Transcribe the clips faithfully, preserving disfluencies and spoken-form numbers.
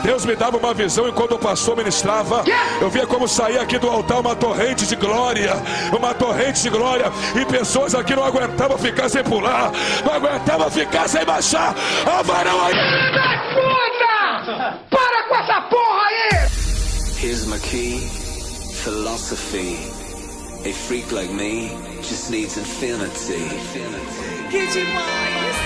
Deus me dava uma visão e quando o pastor ministrava, eu via como saía aqui do altar uma torrente de glória, uma torrente de glória, e pessoas aqui não aguentavam ficar sem pular, não aguentavam ficar sem baixar. Ó, varão aí! Puta! Para com essa porra aí! Here's my key, philosophy. A freak like me just needs infinity. Infinity. Que demais!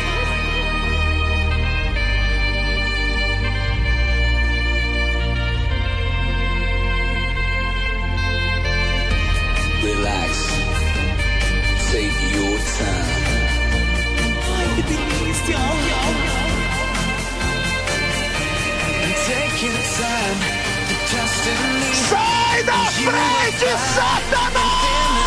Relax. Take your time. Ai, que delícia! Take your time to trust in me. Sai da frente, Satanás!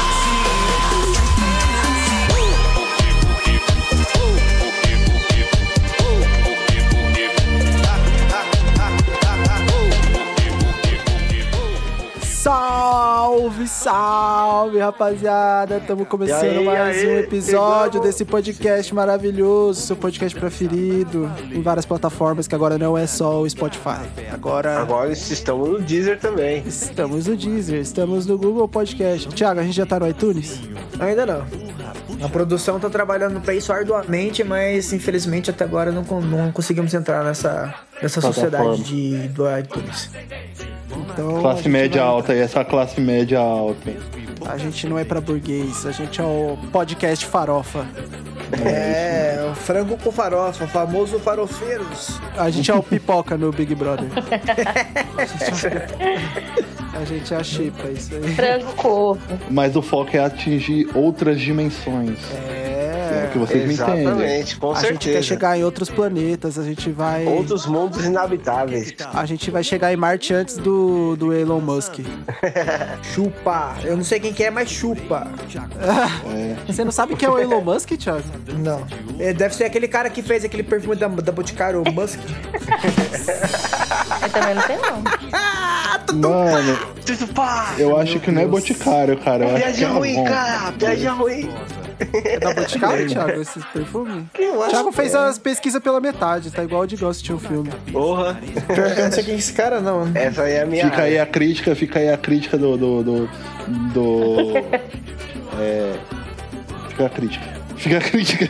Salve, salve, rapaziada! Estamos começando aí, mais aí, um episódio chegamos. desse podcast maravilhoso, seu podcast preferido, em várias plataformas, que agora não é só o Spotify. Agora, Agora estamos no Deezer também. estamos no Deezer, estamos no Google Podcast. Thiago, a gente já tá no iTunes? Ainda não. A produção tá trabalhando pra isso arduamente, mas infelizmente até agora não, con- não conseguimos entrar nessa, nessa Plataforma. sociedade de, do iTunes. Então, a Classe gente média vai- alta, e essa classe média alta. A gente não é pra burguês, a gente é o podcast farofa. É, o frango com farofa, o famoso farofeiros. A gente é o pipoca no Big Brother. A gente é, a gente é a chipa, isso aí. Frango corvo. Mas o foco é atingir outras dimensões. É, que vocês me entendem. Exatamente, com A certeza. gente quer chegar em outros planetas, a gente vai. Outros mundos inabitáveis. A gente vai chegar em Marte antes do, do Elon Musk. Chupa. Eu não sei quem que é, mas chupa. Você não sabe quem é o Elon Musk, Thiago? Não. É, deve ser aquele cara que fez aquele perfume da, da Boticário, o Musk. Eu também não sei não. Mano, Tudo pá! eu acho que não é Boticário, cara. Eu acho que Viagem é ruim, Avon. cara! Viagem ruim! É da Boticário, Thiago, esses perfumes? O Thiago fez as pesquisas pela metade, tá igual o de Ghost tinha um filme. Porra! Pior que eu não sei quem é esse cara, não. Essa aí é a minha Fica aí área. a crítica, fica aí a crítica do. do. do. do- é. Fica a crítica. Fica a crítica.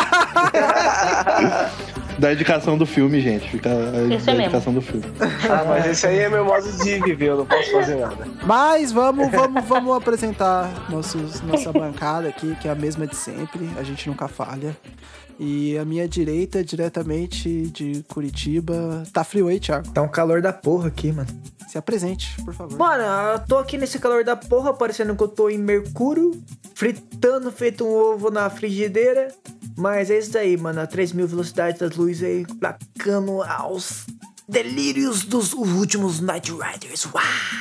Da indicação do filme, gente. Fica a Isso é da indicação do filme. Ah, mas esse aí é meu modo de viver, eu não posso fazer nada. Mas vamos, vamos, vamos apresentar nossos, nossa bancada aqui, que é a mesma de sempre, a gente nunca falha. E a minha direita, diretamente de Curitiba, tá frio aí, Thiago? Tá um calor da porra aqui, mano. Se apresente, por favor. Mano, eu tô aqui nesse calor da porra, parecendo que eu tô em Mercúrio, fritando feito um ovo na frigideira. Mas é isso aí, mano, a três mil velocidades das luzes aí, placando aos delírios dos últimos Night Riders. Uau!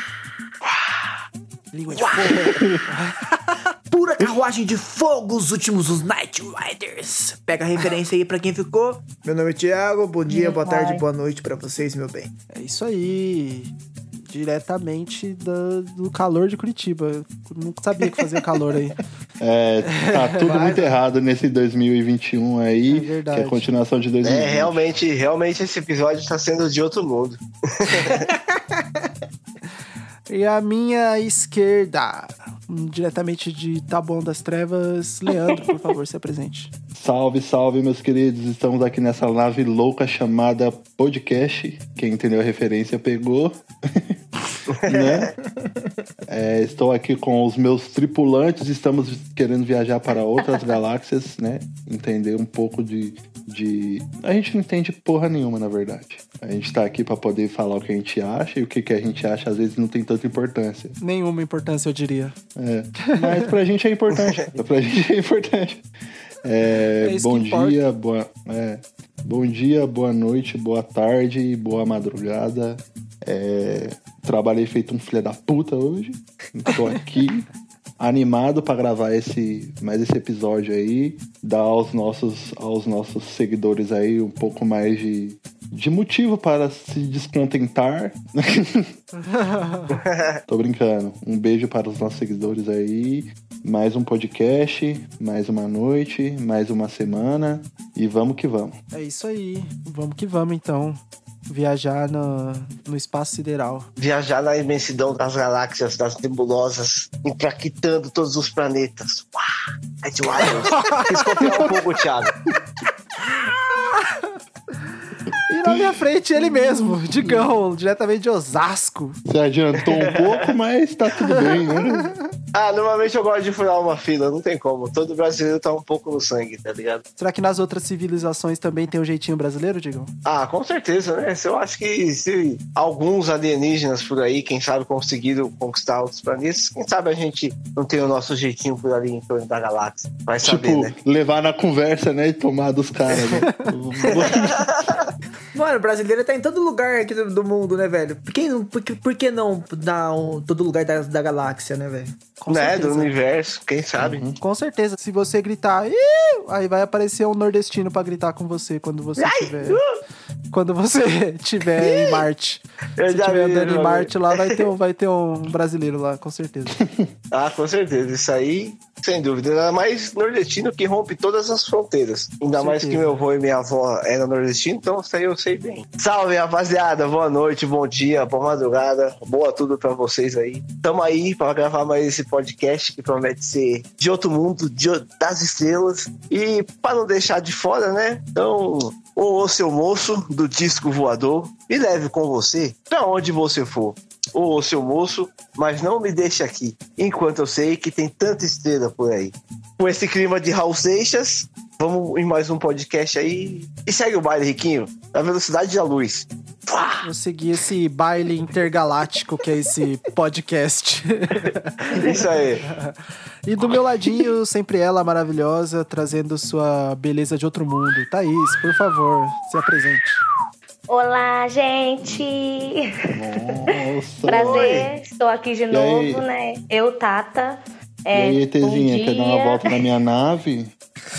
Língua de fogo. Pura carruagem de fogo, os últimos os Night Riders. Pega a referência aí pra quem ficou. Meu nome é Thiago, bom dia, boa tarde, boa noite pra vocês, meu bem. É isso aí. Diretamente da- do calor de Curitiba. Eu nunca sabia que fazia calor aí. É, tá tudo Vai, muito vai. errado nesse dois mil e vinte e um aí, É verdade. que é a continuação de dois mil e vinte. É, realmente, realmente esse episódio tá sendo de outro mundo. E a minha esquerda, diretamente de Taboão das Trevas, Leandro, por favor, se apresente. Salve, salve, meus queridos. Estamos aqui nessa nave louca chamada podcast. Quem entendeu a referência pegou. Né? É, estou aqui com os meus tripulantes. Estamos querendo viajar para outras galáxias, né? Entender um pouco de, de... A gente não entende porra nenhuma, na verdade. A gente tá aqui para poder falar o que a gente acha. E o que, que a gente acha, às vezes, não tem tanta importância. Nenhuma importância, eu diria. É. Mas pra gente é importante. Pra gente é importante. É, É isso bom que importa. dia, boa, é, bom dia, boa noite, boa tarde, boa madrugada. É, trabalhei feito um filho da puta hoje. Estou aqui animado para gravar esse, mais esse episódio aí, dar aos nossos, aos nossos seguidores aí um pouco mais de, de motivo para se descontentar. Tô brincando. Um beijo para os nossos seguidores aí. Mais um podcast, mais uma noite, mais uma semana. E vamos que vamos. É isso aí. Vamos que vamos, então. Viajar no, no espaço sideral. Viajar na imensidão das galáxias, das nebulosas, empraquitando todos os planetas. Uau! É de Wilders. Quis copiar um pouco, Thiago. E na minha frente ele mesmo, Digão, diretamente de Osasco. Você adiantou um pouco, mas tá tudo bem, né? Ah, normalmente eu gosto de furar uma fila, não tem como. Todo brasileiro tá um pouco no sangue, tá ligado? Será que nas outras civilizações também tem um jeitinho brasileiro, Digão? Ah, com certeza, né? Eu acho que se alguns alienígenas por aí, quem sabe, conseguiram conquistar outros planetas, quem sabe a gente não tem o nosso jeitinho por ali em torno da galáxia. Vai saber, Tipo, né? levar na conversa, né? E tomar dos caras, né? Mano, brasileiro tá em todo lugar aqui do, do mundo, né, velho? Por que, por que, por que não dar um, todo lugar da, da galáxia, né, velho? Com né? certeza. Do universo, quem sabe? Uhum. Com certeza. Se você gritar, "Ih!", aí vai aparecer um nordestino pra gritar com você quando você Ai, tiver... uh! Quando você estiver em Marte. Eu Se já estiver vi, andando já em vi. Marte lá, vai ter, um, vai ter um brasileiro lá, com certeza. Ah, com certeza. Isso aí, sem dúvida. Ainda mais nordestino que rompe todas as fronteiras. Ainda Com mais certeza. que meu avô e minha avó eram nordestinos, então isso aí eu sei bem. Salve, rapaziada. Boa noite, bom dia, boa madrugada. Boa tudo pra vocês aí. Tamo aí pra gravar mais esse podcast que promete ser de outro mundo, de, o- das estrelas. E pra não deixar de fora, né? Então, ô seu moço do disco voador, me leve com você pra onde você for. Ô seu moço, mas não me deixe aqui, enquanto eu sei que tem tanta estrela por aí. Com esse clima de Raul Seixas, vamos em mais um podcast aí. E segue o baile, Riquinho, na velocidade da luz. Pá! Vou seguir esse baile intergaláctico que é esse podcast. Isso aí. E do meu ladinho, sempre ela maravilhosa, trazendo sua beleza de outro mundo. Thaís, por favor, se apresente. Olá, gente! Nossa. Prazer, estou aqui de aí? novo, né? Eu, Tata. E É, aí, Tezinha, bom quer dar uma dia. volta na minha nave?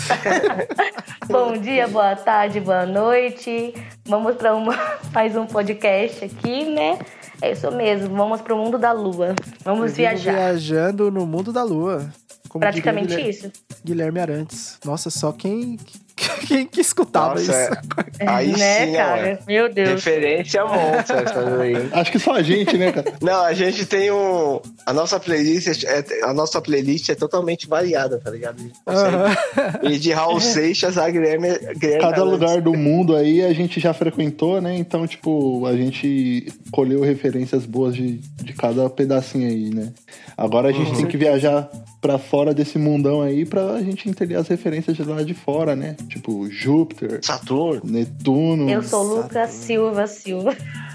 Bom dia, boa tarde, boa noite. Vamos para uma, mais um podcast aqui, né? É isso mesmo, vamos para o mundo da lua. Vamos Eu vivo viajar. Viajando no mundo da lua. Como Praticamente diria isso. Guilherme Arantes. Nossa, só quem, quem que escutava Nossa, isso. é. Aí né, sim, cara? né? Meu Deus. Referência monstra essa daí. Acho que só a gente, né, cara? Não, a gente tem um... A nossa playlist é, a nossa playlist é totalmente variada, tá ligado? A gente consegue ir de Raul Seixas a Guilherme, Guilherme Cada Arantes. lugar do mundo aí a gente já frequentou, né? Então, tipo, a gente colheu referências boas de, de cada pedacinho aí, né? Agora a gente tem que viajar pra fora desse mundão aí pra gente entender as referências de lá de fora, né? Tipo, Júpiter, Saturno. Netuno. Eu sou Lucas Silva Silva.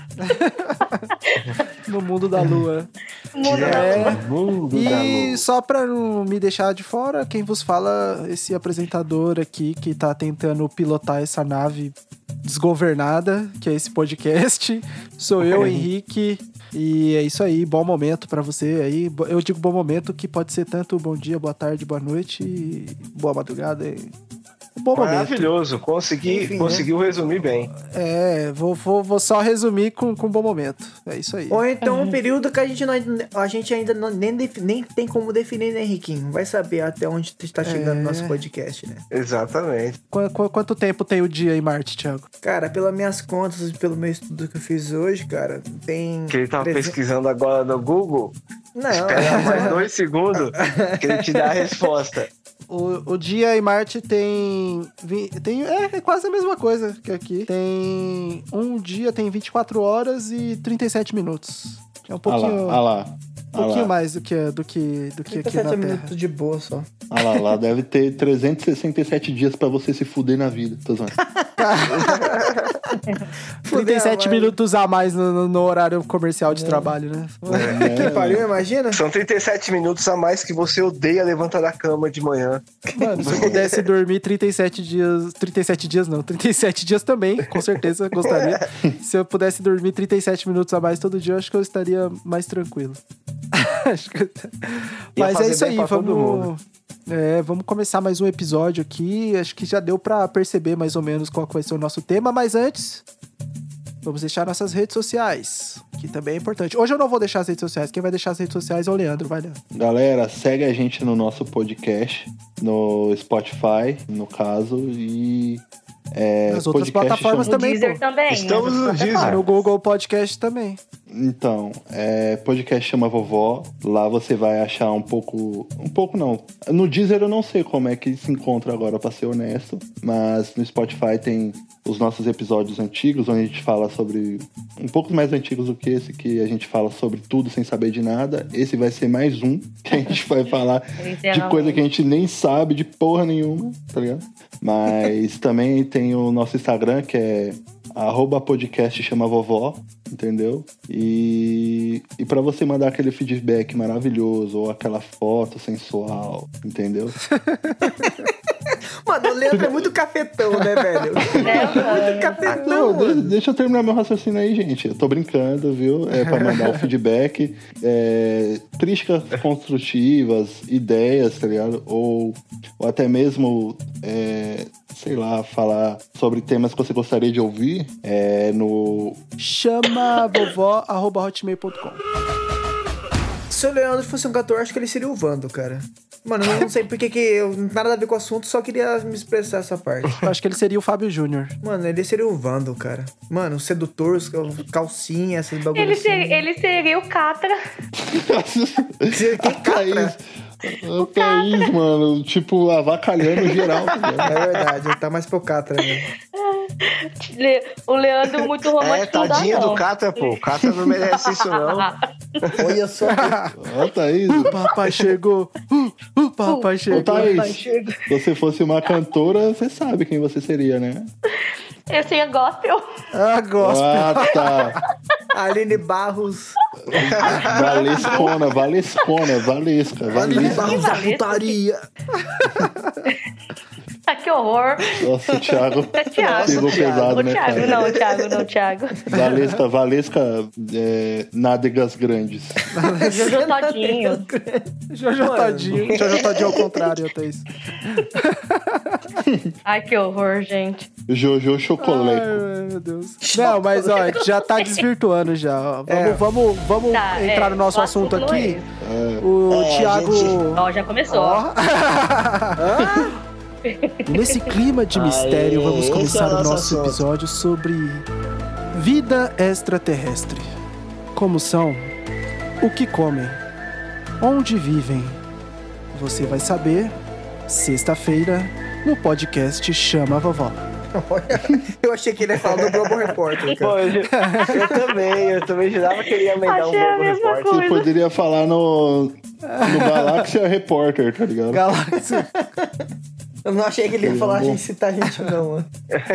No mundo da lua. Mundo da É. lua. Mundo da E lua. só pra não me deixar de fora, quem vos fala, esse apresentador aqui que tá tentando pilotar essa nave desgovernada, que é esse podcast, sou eu, Henrique. E é isso aí, bom momento pra você aí. Bo- Eu digo bom momento que pode ser tanto bom dia, boa tarde, boa noite, e boa madrugada. e- Bom momento. Maravilhoso. Consegui, Enfim, conseguiu resumir bem. É, vou, vou, vou só resumir com, com bom momento. É isso aí. Ou então um período que a gente, não, a gente ainda não, nem, defi- nem tem como definir, né, Henriquinho? Vai saber até onde está chegando o É. nosso podcast, né? Exatamente. Qu- qu- quanto tempo tem o dia em Marte, Thiago? Cara, pelas minhas contas e pelo meu estudo que eu fiz hoje, cara, tem... Que ele tava trezentos pesquisando agora no Google. Não, Espera mais dois segundos que ele te dá a resposta. O, o dia em Marte tem, vi- tem é, é quase a mesma coisa que aqui. Tem um dia tem vinte e quatro horas e trinta e sete minutos. É um Ah pouquinho, lá, ah lá. um pouquinho ah lá. mais do que do que do que aqui na trinta e sete Terra. minutos de boa só. Ah lá, lá deve ter trezentos e sessenta e sete dias pra você se fuder na vida. Tô zoando. trinta e sete mas- minutos a mais no, no- no horário comercial de trabalho, né? Que pariu, imagina? São trinta e sete minutos a mais que você odeia levantar da cama de manhã. Mano, se eu pudesse dormir trinta e sete dias... trinta e sete dias não, trinta e sete dias também, com certeza, gostaria. Se eu pudesse dormir trinta e sete minutos a mais todo dia, eu acho que eu estaria mais tranquilo. Acho que- Ia Mas é fazer isso bem aí, pra todo vamos... mundo. É, vamos começar mais um episódio aqui. Acho que já deu pra perceber mais ou menos qual que vai ser o nosso tema, mas antes... Vamos deixar nossas redes sociais, que também é importante. Hoje eu não vou deixar as redes sociais. Quem vai deixar as redes sociais é o Leandro, vai, Leandro. Galera, segue a gente no nosso podcast, no Spotify, no caso, e É, Nas outras podcast plataformas chama- No também, Deezer pô. também. Estamos no Ah, Deezer. no Google Podcast também. Então, é, podcast chama Vovó. Lá você vai achar um pouco... Um pouco não. No Deezer eu não sei como é que se encontra agora, pra ser honesto. Mas no Spotify tem os nossos episódios antigos, onde a gente fala sobre... Um pouco mais antigos do que esse, que a gente fala sobre tudo sem saber de nada. Esse vai ser mais um, que a gente vai falar de coisa que a gente nem sabe de porra nenhuma, tá ligado? Mas também tem o nosso Instagram, que é arroba podcast chama vovó, entendeu? E, e para você mandar aquele feedback maravilhoso ou aquela foto sensual, entendeu? Mano, o Leandro é muito cafetão, né, velho? Né, mano? Muito cafetão, Não, de- mano. deixa eu terminar meu raciocínio aí, gente. Eu tô brincando, viu? É pra mandar o feedback, é, críticas construtivas, ideias, tá ligado? Ou, ou até mesmo, é, sei lá, falar sobre temas que você gostaria de ouvir é, no... Chama vovó arroba hotmail ponto com. Se o Leandro fosse um cantor, acho que ele seria o Vando, cara. Mano, eu não sei porque que eu nada a ver com o assunto, só queria me expressar essa parte. Eu acho que ele seria o Fábio Júnior. Mano, ele seria o Vando, cara. Mano, sedutor, calcinha, esses bagulhos. Ele, assim. ser, ele seria o Catra. Seria quem A Thaís, capra. a Thaís, mano, tipo, avacalhando geral, tá ligado? É verdade, ele tá mais pro Catra, né? Le- O Leandro muito É, romântico. não dá, tadinha não. do Catra, pô. O Catra não merece isso, não. Olha só. Ó, Thaís. O papai chegou. Uh, o papai Ô, chegou. Thaís, se você fosse uma cantora, você sabe quem você seria, né? Eu seria gospel. Ah, gosto. Ah, tá. Aline Barros. Valescona, Valescona, Valesca, Aline Valesca. Barros da Valesca. putaria. Ah, que horror. Nossa, o Thiago Thiago. pegou pesado, O né, Thiago, cara? não, o Thiago, não, o Thiago. Valesca, Valesca, é, nádegas grandes. Jojo Todinho. Jojo Todinho. Jojo Todinho ao contrário, Thaís. Ai, que horror, gente. Jojo Chocoleco. Ai, meu Deus. Não, mas ó, já tá desvirtuando já. ó. Vamos, É. vamos, vamos Tá, entrar é, no nosso o assunto assunto não aqui. é O É, Thiago. gente. Ó, já começou. Ó. Nesse clima de mistério, Aê, vamos esse é começar o o nosso nosso assunto. episódio sobre vida extraterrestre. Como são? O que comem? Onde vivem? Você vai saber sexta-feira no podcast Chama a Vovó. Olha, eu achei que ele ia falar do Globo Repórter, Pô, cara. eu, eu também, eu também jurava que ele ia emendar um Achei a Globo mesma Repórter. Você coisa. poderia falar no, no Galáxia Repórter, tá ligado? Galáxia. Eu não achei que ele ia falar a Bom. gente citar a gente, não, mano.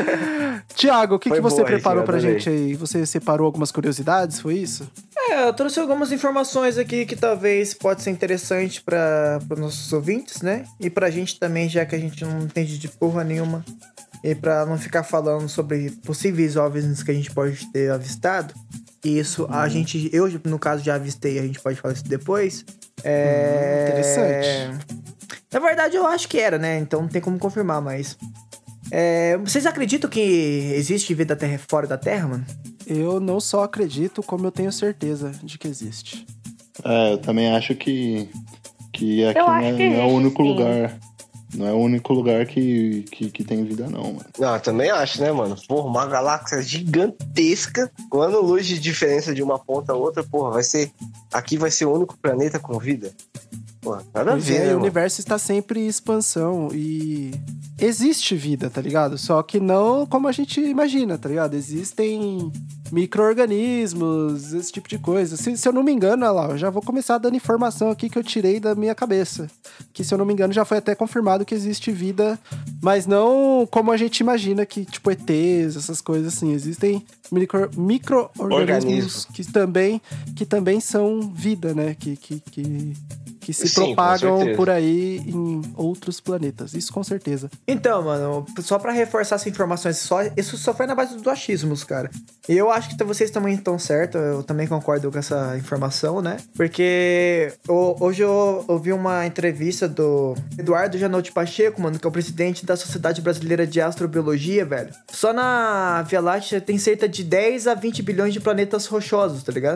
Tiago, o que, Foi que você boa preparou esse, pra adorei. gente aí? Você separou algumas curiosidades, foi isso? É, eu trouxe algumas informações aqui que talvez pode ser interessante para os nossos ouvintes, né? E pra gente também, já que a gente não entende de porra nenhuma. E pra não ficar falando sobre possíveis OVNIs que a gente pode ter avistado. E isso a gente, eu no caso já avistei, a gente pode falar isso depois. É... Hum, interessante. Na verdade eu acho que era, né? Então não tem como confirmar, mas... É... Vocês acreditam que existe vida terra fora da Terra, mano? Eu não só acredito, como eu tenho certeza de que existe. É, eu também acho que, que aqui Eu não acho é, que não é o existe, único sim. lugar. Não é o único lugar que, que, que tem vida, não, mano. Não, eu também acho, né, mano? Porra, uma galáxia gigantesca, com ano-luz de diferença de uma ponta a outra, porra, vai ser... Aqui vai ser o único planeta com vida? Porra, nada a Pois ver, é, né, o mano? universo está sempre em expansão e existe vida, tá ligado? Só que não como a gente imagina, tá ligado? Existem micro-organismos, esse tipo de coisa. Se, se eu não me engano, olha lá, eu já vou começar dando informação aqui que eu tirei da minha cabeça. Que, se eu não me engano, já foi até confirmado que existe vida, mas não como a gente imagina que, tipo, E Tês, essas coisas assim. Existem micro- micro-organismos Organismos. que também, que também são vida, né? Que, que, que, que se Sim, com propagam certeza. por aí em outros planetas. Isso com certeza. Então, mano, só pra reforçar essas informações, só, isso só foi na base dos achismos, cara. E eu acho que vocês também estão certos, eu também concordo com essa informação, né? Porque o- hoje eu ouvi uma entrevista do Eduardo Janotti Pacheco, mano, que é o presidente da Sociedade Brasileira de Astrobiologia, velho. Só na Via Láctea tem cerca de dez a vinte bilhões de planetas rochosos, tá ligado?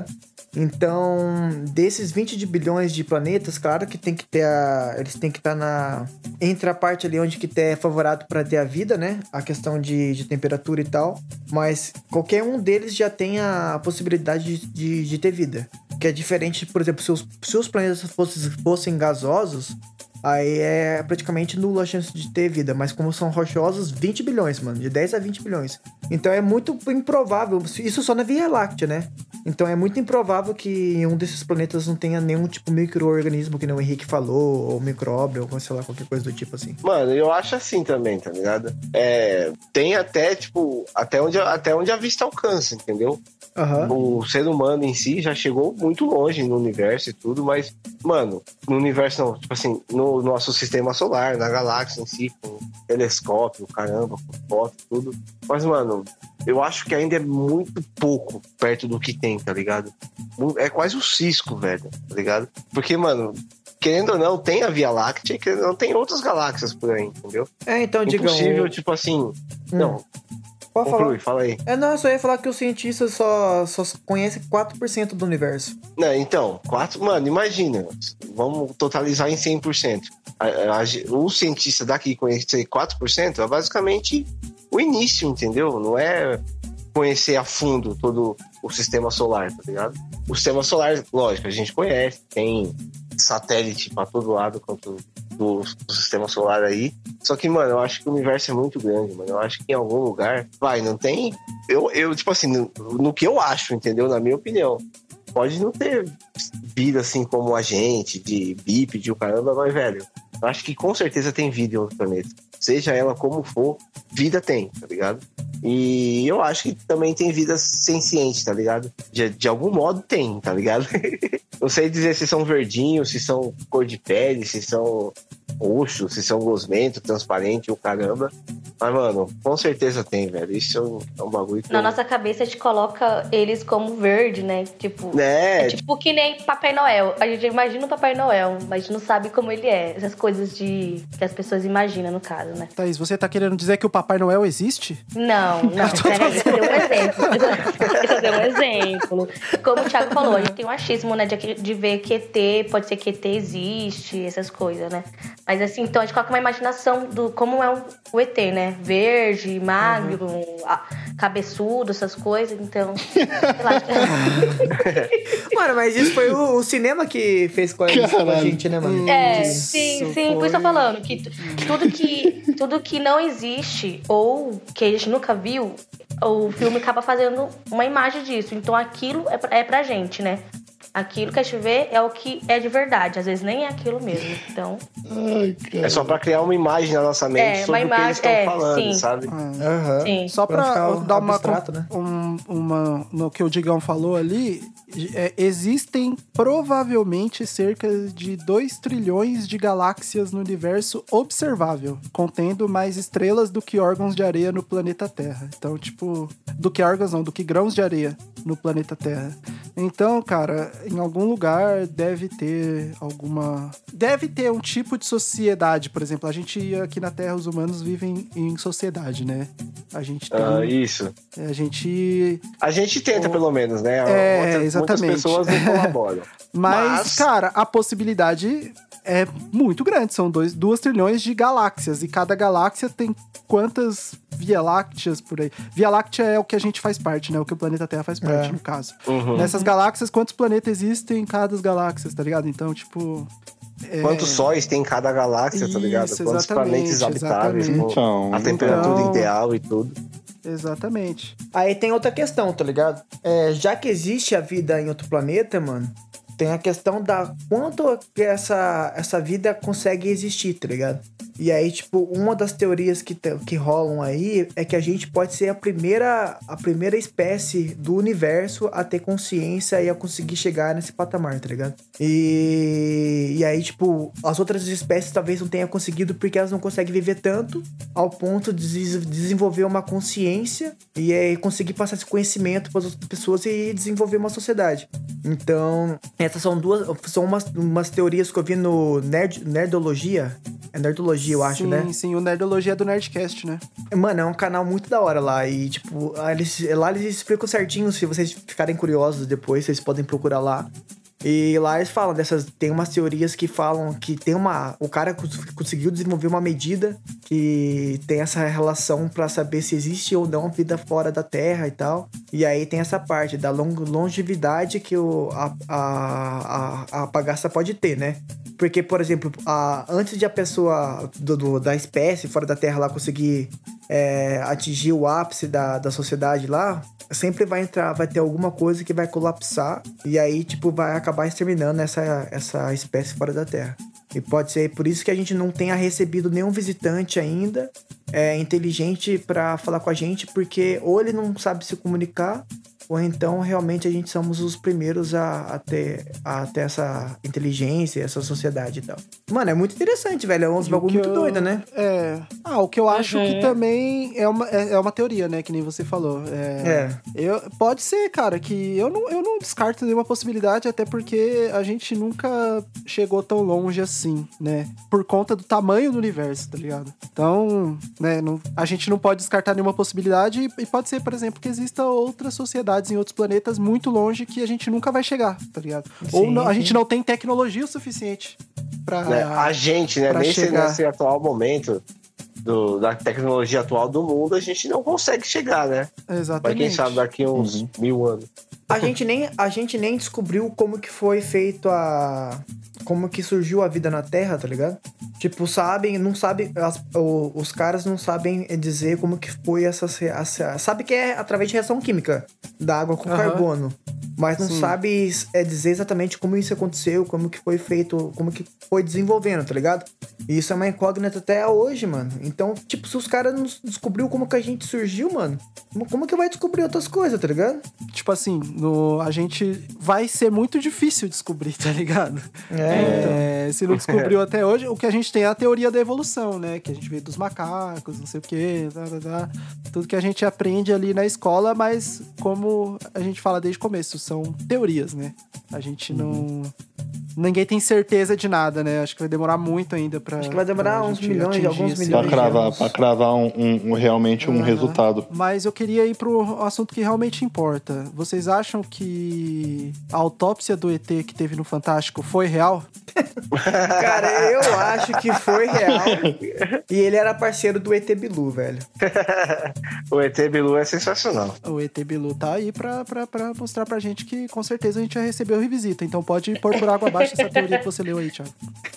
Então, desses vinte de bilhões de planetas, claro que tem que ter a... Eles têm que estar na... Entre a parte ali onde que é favorável para ter a vida, né? A questão de, de temperatura e tal. Mas qualquer um deles já tem a possibilidade de, de, de ter vida. Que é diferente, por exemplo, se os, se os planetas fossem, fossem gasosos, aí é praticamente nula a chance de ter vida. Mas como são rochosos, vinte bilhões, mano. De dez a vinte bilhões. Então é muito improvável. Isso só na Via Láctea, né? Então é muito improvável que um desses planetas não tenha nenhum tipo micro-organismo, que nem o Henrique falou, ou micróbio, ou sei lá, qualquer coisa do tipo assim. Mano, eu acho assim também, tá ligado? É, tem até, tipo, até onde, até onde a vista alcança, entendeu? Uhum. O ser humano em si já chegou muito longe no universo e tudo, mas, mano, no universo não, tipo assim, no nosso sistema solar, na galáxia em si, com telescópio, caramba, com foto, tudo. Mas, mano, eu acho que ainda é muito pouco perto do que tem, tá ligado? É quase um cisco, velho, tá ligado? Porque, mano, querendo ou não, tem a Via Láctea e querendo ou não, tem outras galáxias por aí, entendeu? É, então, digam... Impossível, tipo assim... Hum. Não... Pode Conclui, falar. Fala aí. É, não, eu só ia falar que os cientistas só, só conhecem quatro por cento do universo. Não, então, quatro, mano, imagina, vamos totalizar em cem por cento. A, a, o cientista daqui conhecer quatro por cento é basicamente o início, entendeu? Não é conhecer a fundo todo o sistema solar, tá ligado? O sistema solar, lógico, a gente conhece, tem satélite pra todo lado quanto do, do sistema solar aí. Só que, mano, eu acho que o universo é muito grande, mano. Eu acho que em algum lugar, vai, não tem... Eu, eu tipo assim, no, no que eu acho, entendeu? Na minha opinião. Pode não ter vida assim como a gente, de bípede, o caramba, mas, velho, eu acho que com certeza tem vida em outro planeta. Seja ela como for, vida tem, tá ligado? E eu acho que também tem vida senciente, tá ligado? De, de algum modo tem, tá ligado? Não sei dizer se são verdinhos, se são cor de pele, se são roxos, se são gosmento, transparente, o caramba. Mas, mano, com certeza tem, velho. Isso é um, é um bagulho que... Na eu... nossa cabeça, a gente coloca eles como verde, né? Tipo, é, é tipo que nem Papai Noel. A gente imagina o Papai Noel, mas a gente não sabe como ele é. Essas coisas de que as pessoas imaginam, no caso, né? Thaís, você tá querendo dizer que o Papai Noel existe? Não, não. Peraí, isso deu um exemplo. Isso deu um exemplo. Como o Thiago falou, a gente tem um achismo, né? De, de ver que E T, pode ser que E T existe, essas coisas, né? Mas assim, então a gente coloca uma imaginação do como é o, o E T, né? Verde, magro, uhum. cabeçudo, essas coisas, então... Sei lá. Mano, mas isso foi o, o cinema que fez com a, com a gente, né, mano? É, isso sim, sim, foi... por isso eu tô falando que tudo que, tudo que não existe ou que a gente nunca viu, o filme acaba fazendo uma imagem disso, então aquilo é pra, é pra gente, né? Aquilo que a gente vê é o que é de verdade. Às vezes nem é aquilo mesmo. Então... Ai, é só pra criar uma imagem na nossa mente é, sobre uma o que eles estão é, falando, sim. sabe? Uhum. Sim. Só pra, pra dar uma, abstrato, né? um, uma... No que o Digão falou ali, é, existem provavelmente cerca de dois trilhões de galáxias no universo observável, contendo mais estrelas do que órgãos de areia no planeta Terra. Então, tipo... Do que órgãos não, do que grãos de areia no planeta Terra. Então, cara, em algum lugar deve ter alguma... Deve ter um tipo de sociedade, por exemplo. A gente aqui na Terra, os humanos vivem em sociedade, né? A gente tem... Ah, isso. A gente... A gente tenta, o... pelo menos, né? É, Muitas, exatamente. Muitas pessoas não colaboram. Mas, Mas, cara, a possibilidade é muito grande. São dois, duas trilhões de galáxias. E cada galáxia tem quantas Via Lácteas por aí? Via Láctea é o que a gente faz parte, né? O que o planeta Terra faz parte, é. no caso. Uhum. Nessas galáxias, quantos planetas existem em cada galáxias, tá ligado? Então, tipo... É... Quantos sóis tem em cada galáxia, tá ligado? Isso, quantos planetas habitáveis, então, a temperatura então... ideal e tudo. Exatamente. Aí tem outra questão, tá ligado? É, já que existe a vida em outro planeta, mano, tem a questão da quanto que essa, essa vida consegue existir, tá ligado? E aí, tipo, uma das teorias que, te, que rolam aí é que a gente pode ser a primeira, a primeira espécie do universo a ter consciência e a conseguir chegar nesse patamar, tá ligado? E, e aí, tipo, as outras espécies talvez não tenham conseguido porque elas não conseguem viver tanto ao ponto de des- desenvolver uma consciência e aí conseguir passar esse conhecimento para as outras pessoas e desenvolver uma sociedade. Então, essas são duas, são umas, umas teorias que eu vi no Nerd, Nerdologia. É Nerdologia, eu acho, sim, né? Sim, sim. O Nerdologia é do Nerdcast, né? Mano, é um canal muito da hora lá. E, tipo, lá eles, lá eles explicam certinho. Se vocês ficarem curiosos depois, vocês podem procurar lá. E lá eles falam dessas... Tem umas teorias que falam que tem uma... O cara conseguiu desenvolver uma medida que tem essa relação pra saber se existe ou não vida fora da Terra e tal. E aí tem essa parte da longevidade que o, a, a, a, a bagaça pode ter, né? Porque, por exemplo, a, antes de a pessoa do, do, da espécie fora da Terra lá conseguir é, atingir o ápice da, da sociedade lá, sempre vai entrar, vai ter alguma coisa que vai colapsar e aí, tipo, vai acabar exterminando essa, essa espécie fora da Terra. E pode ser por isso que a gente não tenha recebido nenhum visitante ainda é, inteligente pra falar com a gente, porque ou ele não sabe se comunicar, ou então realmente a gente somos os primeiros a, a, ter, a ter essa inteligência, essa sociedade e tal. Mano, é muito interessante, velho. É uns bagulho muito eu... doido, né? É. Ah, o que eu acho uhum. que também é uma, é, é uma teoria, né? Que nem você falou. É. é. Eu, pode ser, cara, que eu não, eu não descarto nenhuma possibilidade, até porque a gente nunca chegou tão longe assim, né? Por conta do tamanho do universo, tá ligado? Então, né? Não, a gente não pode descartar nenhuma possibilidade e, e pode ser, por exemplo, que exista outra sociedade em outros planetas muito longe que a gente nunca vai chegar, tá ligado? Sim, Ou não, a gente não tem tecnologia o suficiente pra né? A gente, né? Nesse, chegar. nesse atual momento do, da tecnologia atual do mundo, a gente não consegue chegar, né? Exatamente. Mas quem sabe daqui uns uhum. mil anos. A gente, nem, a gente nem descobriu como que foi feito a... Como que surgiu a vida na Terra, tá ligado? Tipo, sabem, não sabem... As, o, os caras não sabem dizer como que foi essa... essa sabe que é através de reação química da água com uhum. carbono. Mas não Sim. sabe é, dizer exatamente como isso aconteceu, como que foi feito, como que foi desenvolvendo, tá ligado? E isso é uma incógnita até hoje, mano. Então, tipo, se os caras não descobriu como que a gente surgiu, mano, como que vai descobrir outras coisas, tá ligado? Tipo assim, no, a gente vai ser muito difícil descobrir, tá ligado? É. É, se não descobriu até hoje, o que a gente tem é a teoria da evolução, né? Que a gente vê dos macacos, não sei o quê, tá, tá, tá. Tudo que a gente aprende ali na escola, mas como a gente fala desde o começo, são teorias, né? A gente não... Uhum. Ninguém tem certeza de nada, né? Acho que vai demorar muito ainda pra... Acho que vai demorar uns milhões, alguns milhões. Pra cravar, pra cravar um, um, um, realmente um uhum. resultado. Mas eu queria ir pro assunto que realmente importa. Vocês acham que a autópsia do E T que teve no Fantástico foi real? Cara, eu acho que foi real. E ele era parceiro do E T Bilu, velho. O E T Bilu é sensacional. O E T Bilu tá aí pra, pra, pra mostrar pra gente que com certeza a gente já recebeu revisita. Então pode pôr por água abaixo essa teoria que você leu aí, Thiago.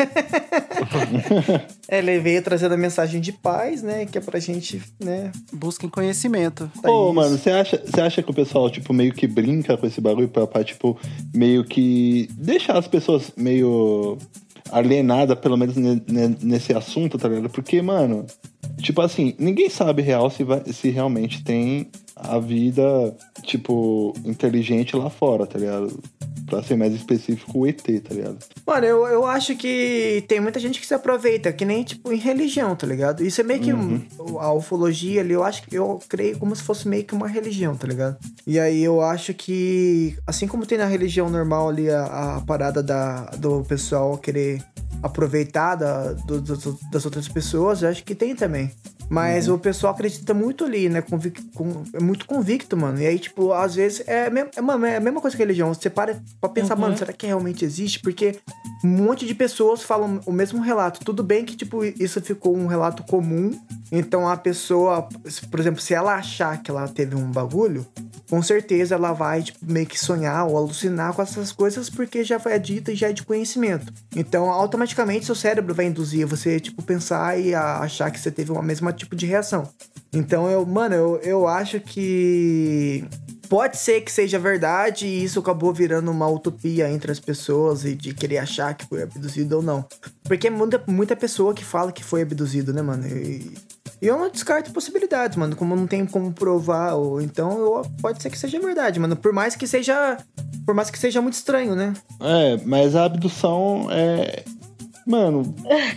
Ele veio trazendo a mensagem de paz, né? Que é pra gente, né? Busquem conhecimento. Pô, mano, você acha, você acha que o pessoal, tipo, meio que brinca com esse bagulho pra, pra, tipo, meio que deixar as pessoas meio alienadas, pelo menos nesse assunto, tá ligado? Porque, mano, tipo assim, ninguém sabe real se, vai, se realmente tem a vida, tipo, inteligente lá fora, tá ligado? Pra ser mais específico, o E T, tá ligado? Mano, eu, eu acho que tem muita gente que se aproveita, que nem, tipo, em religião, tá ligado? Isso é meio que uhum. um, a ufologia ali, eu acho que eu creio como se fosse meio que uma religião, tá ligado? E aí eu acho que, assim como tem na religião normal ali a, a parada da, do pessoal querer aproveitar da, do, do, das outras pessoas, eu acho que tem também. Mas uhum. o pessoal acredita muito ali, né? Convic, com, é muito convicto, mano. E aí, tipo, às vezes é, é, mano, é a mesma coisa que a religião. Você para pra pensar, uhum. mano, será que realmente existe? Porque um monte de pessoas falam o mesmo relato. Tudo bem que, tipo, isso ficou um relato comum. Então a pessoa, por exemplo, se ela achar que ela teve um bagulho, com certeza ela vai, tipo, meio que sonhar ou alucinar com essas coisas porque já foi dita e já é de conhecimento. Então, automaticamente, seu cérebro vai induzir você, tipo, pensar e a, achar que você teve uma mesma tipo de reação. Então, eu, mano, eu, eu acho que pode ser que seja verdade e isso acabou virando uma utopia entre as pessoas e de querer achar que foi abduzido ou não. Porque é muita, muita pessoa que fala que foi abduzido, né, mano? E, e eu não descarto possibilidades, mano, como não tem como provar, ou então eu, pode ser que seja verdade, mano. Por mais que seja, por mais que seja muito estranho, né? É, mas a abdução é... Mano...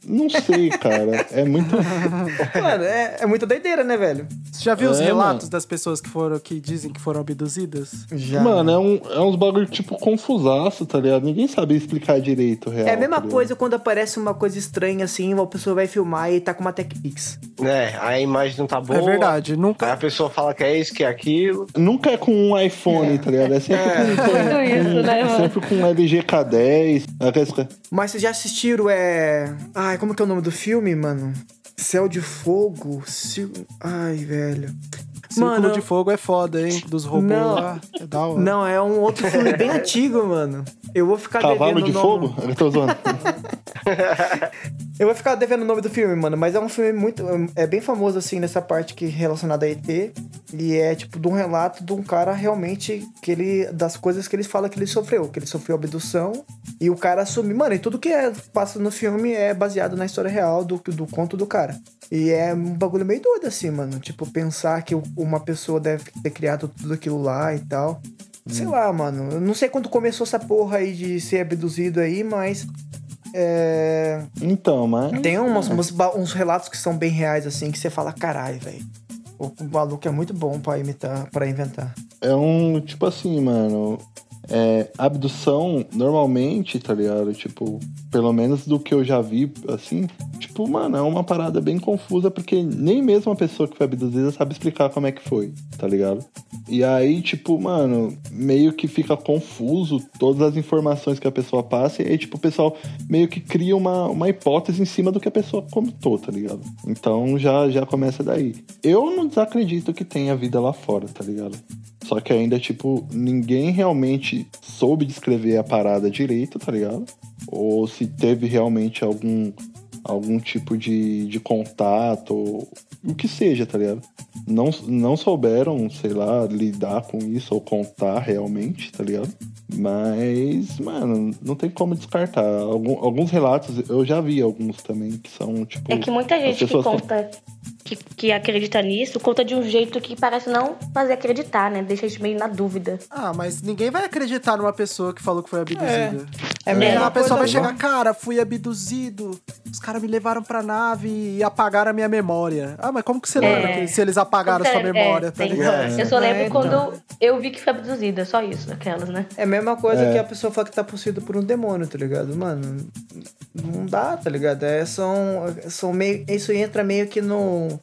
Não sei, cara. É muito. Mano, é, é muita doideira, né, velho? Você já viu os É, relatos mano. das pessoas que foram que dizem que foram abduzidas? Já. Mano, é, um, é uns bagulho tipo confusaço, tá ligado? Ninguém sabe explicar direito o real. É a mesma tá ligado? coisa quando aparece uma coisa estranha assim, uma pessoa vai filmar e tá com uma TechPix. É, a imagem não tá boa. É verdade, Aí nunca. a pessoa fala que é isso, que é aquilo. Nunca é com um iPhone, tá ligado? É sempre com, Tudo isso, né, mano? sempre com um L G K dez. Mas vocês já assistiram, é... Ai, como que é o nome do filme, mano? Céu de Fogo? Sil- Ai, velho. Círculo Mano, de Fogo é foda, hein? Dos robôs Não. lá. É da hora. Não, é um outro filme bem antigo, mano. Eu vou ficar Cavalo devendo de o nome... fogo? Eu tô zoando. Eu vou ficar devendo o nome do filme, mano, mas é um filme muito... É bem famoso, assim, nessa parte que relacionada a E T. E é, tipo, de um relato de um cara realmente que ele... Das coisas que ele fala que ele sofreu. Que ele sofreu abdução. E o cara assume... Mano, e tudo que é, passa no filme é baseado na história real do, do conto do cara. E é um bagulho meio doido, assim, mano. Tipo, pensar que uma pessoa deve ter criado tudo aquilo lá e tal. Sei lá, mano. Eu não sei quando começou essa porra aí de ser abduzido aí, mas... É... Então, mas... Tem umas, umas ba- uns relatos que são bem reais, assim, que você fala, caralho, velho. O, o maluco é muito bom pra imitar, pra inventar. É um, tipo assim, mano... É, abdução, normalmente, tá ligado? Tipo, pelo menos do que eu já vi, assim... Tipo, mano, é uma parada bem confusa, porque nem mesmo a pessoa que foi abduzida sabe explicar como é que foi, tá ligado? E aí, tipo, mano, meio que fica confuso todas as informações que a pessoa passa, e aí, tipo, o pessoal meio que cria uma, uma hipótese em cima do que a pessoa comentou, tá ligado? Então, já, já começa daí. Eu não desacredito que tenha vida lá fora, tá ligado? Só que ainda, tipo, ninguém realmente soube descrever a parada direito, tá ligado? Ou se teve realmente algum, algum tipo de, de contato, ou o que seja, tá ligado? Não, não souberam, sei lá, lidar com isso ou contar realmente, tá ligado? Mas, mano, não tem como descartar. Algum, alguns relatos, eu já vi alguns também, que são, tipo... É que muita as gente que pessoas conta, que, que acredita nisso, conta de um jeito que parece não fazer acreditar, né? Deixa a gente meio na dúvida. Ah, mas ninguém vai acreditar numa pessoa que falou que foi abduzida. É a É, mesma a pessoa vai coisa, chegar, cara, fui abduzido, os caras me levaram pra nave e apagaram a minha memória. Ah, mas como que você É. lembra que, se eles apagaram a sua É, memória, tá tem- ligado? Eu só lembro É, então. quando eu vi que foi abduzida, só isso, aquelas, né? É a mesma coisa É. que a pessoa fala que tá possuído por um demônio, tá ligado? Mano, não dá, tá ligado? É, são, são meio, isso entra meio que no...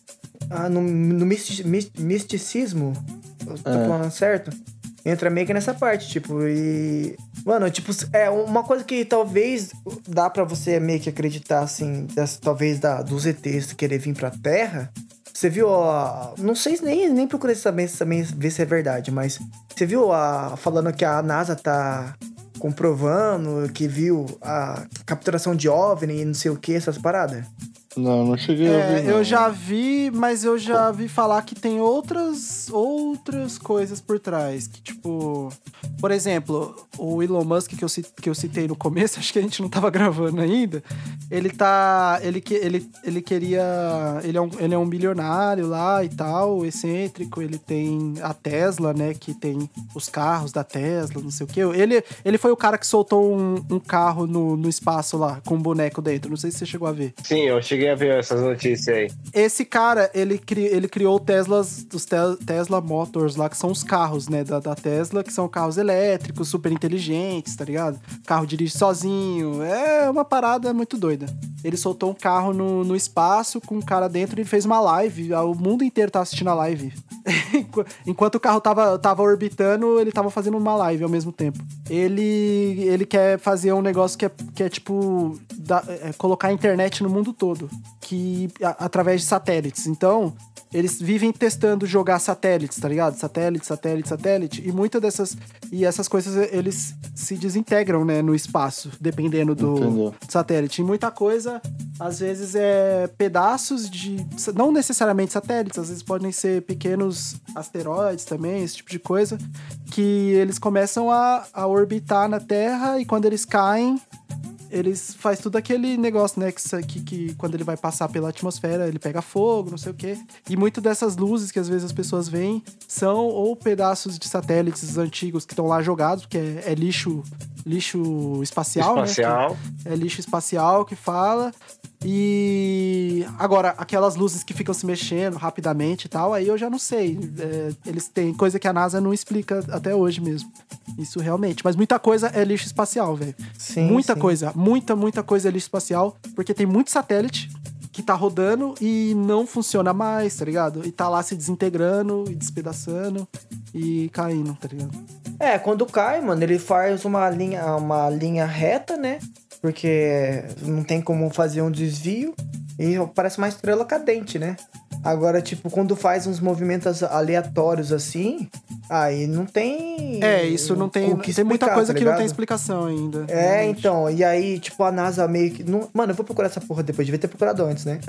Ah, no, no misti- mis- misticismo, eu tô É. falando certo? Entra meio que nessa parte, tipo, e... Mano, tipo, é uma coisa que talvez dá pra você meio que acreditar, assim, das- talvez da, dos E Tês querer vir pra Terra. Você viu, ó, não sei, nem, nem procurei saber, também ver se é verdade, mas você viu a, falando que a NASA tá comprovando que viu a capturação de OVNI e não sei o que, essas paradas? Não, não cheguei a É, ver, não. eu já vi, mas eu já vi falar que tem outras outras coisas por trás. Que, tipo, por exemplo, o Elon Musk que eu, ci- que eu citei no começo, acho que a gente não tava gravando ainda. Ele tá. Ele, que- ele, ele queria. Ele é, um, ele é um bilionário lá e tal, excêntrico. Ele tem a Tesla, né? Que tem os carros da Tesla, não sei o quê. Ele, ele foi o cara que soltou um, um carro no, no espaço lá, com um boneco dentro. Não sei se você chegou a ver. Sim, eu cheguei a ver essas notícias aí. Esse cara, ele, cri, ele criou Teslas, os te, Tesla Motors lá, que são os carros, né, da, da Tesla, que são carros elétricos, super inteligentes, tá ligado? O carro dirige sozinho, é uma parada muito doida. Ele soltou um carro no, no espaço com um cara dentro e ele fez uma live, o mundo inteiro tá assistindo a live. Enquanto o carro tava, tava orbitando, ele tava fazendo uma live ao mesmo tempo. Ele, ele quer fazer um negócio que é, que é tipo, da, é, colocar a internet no mundo todo, que a, através de satélites. Então, eles vivem testando jogar satélites, tá ligado? Satélite, satélite, satélite. E muitas dessas... E essas coisas, eles se desintegram, né, no espaço, dependendo do Entendeu. satélite. E muita coisa, às vezes, é pedaços de... Não necessariamente satélites, às vezes podem ser pequenos asteroides também, esse tipo de coisa, que eles começam a, a orbitar na Terra e quando eles caem... eles faz tudo aquele negócio, né? Que, que, que quando ele vai passar pela atmosfera, ele pega fogo, não sei o quê. E muito dessas luzes que às vezes as pessoas veem são ou pedaços de satélites antigos que estão lá jogados, porque é, é lixo, lixo espacial, Espacial. né? Que é lixo espacial que fala. E agora, aquelas luzes que ficam se mexendo rapidamente e tal, aí eu já não sei. É, eles têm coisa que a NASA não explica até hoje mesmo. Isso realmente. Mas muita coisa é lixo espacial, velho. Sim, Muita sim. coisa. Muita, muita coisa é lixo espacial. Porque tem muito satélite que tá rodando e não funciona mais, tá ligado? E tá lá se desintegrando e despedaçando e caindo, tá ligado? É, quando cai, mano, ele faz uma linha, uma linha reta, né? Porque não tem como fazer um desvio e parece uma estrela cadente, né? Agora, tipo, quando faz uns movimentos aleatórios assim, aí não tem... É, isso não tem... o que tem muita explicar, coisa tá que não tem ligado? explicação ainda. É, realmente. então, e aí, tipo, a NASA meio que... Não... Mano, eu vou procurar essa porra depois, devia ter procurado antes, né?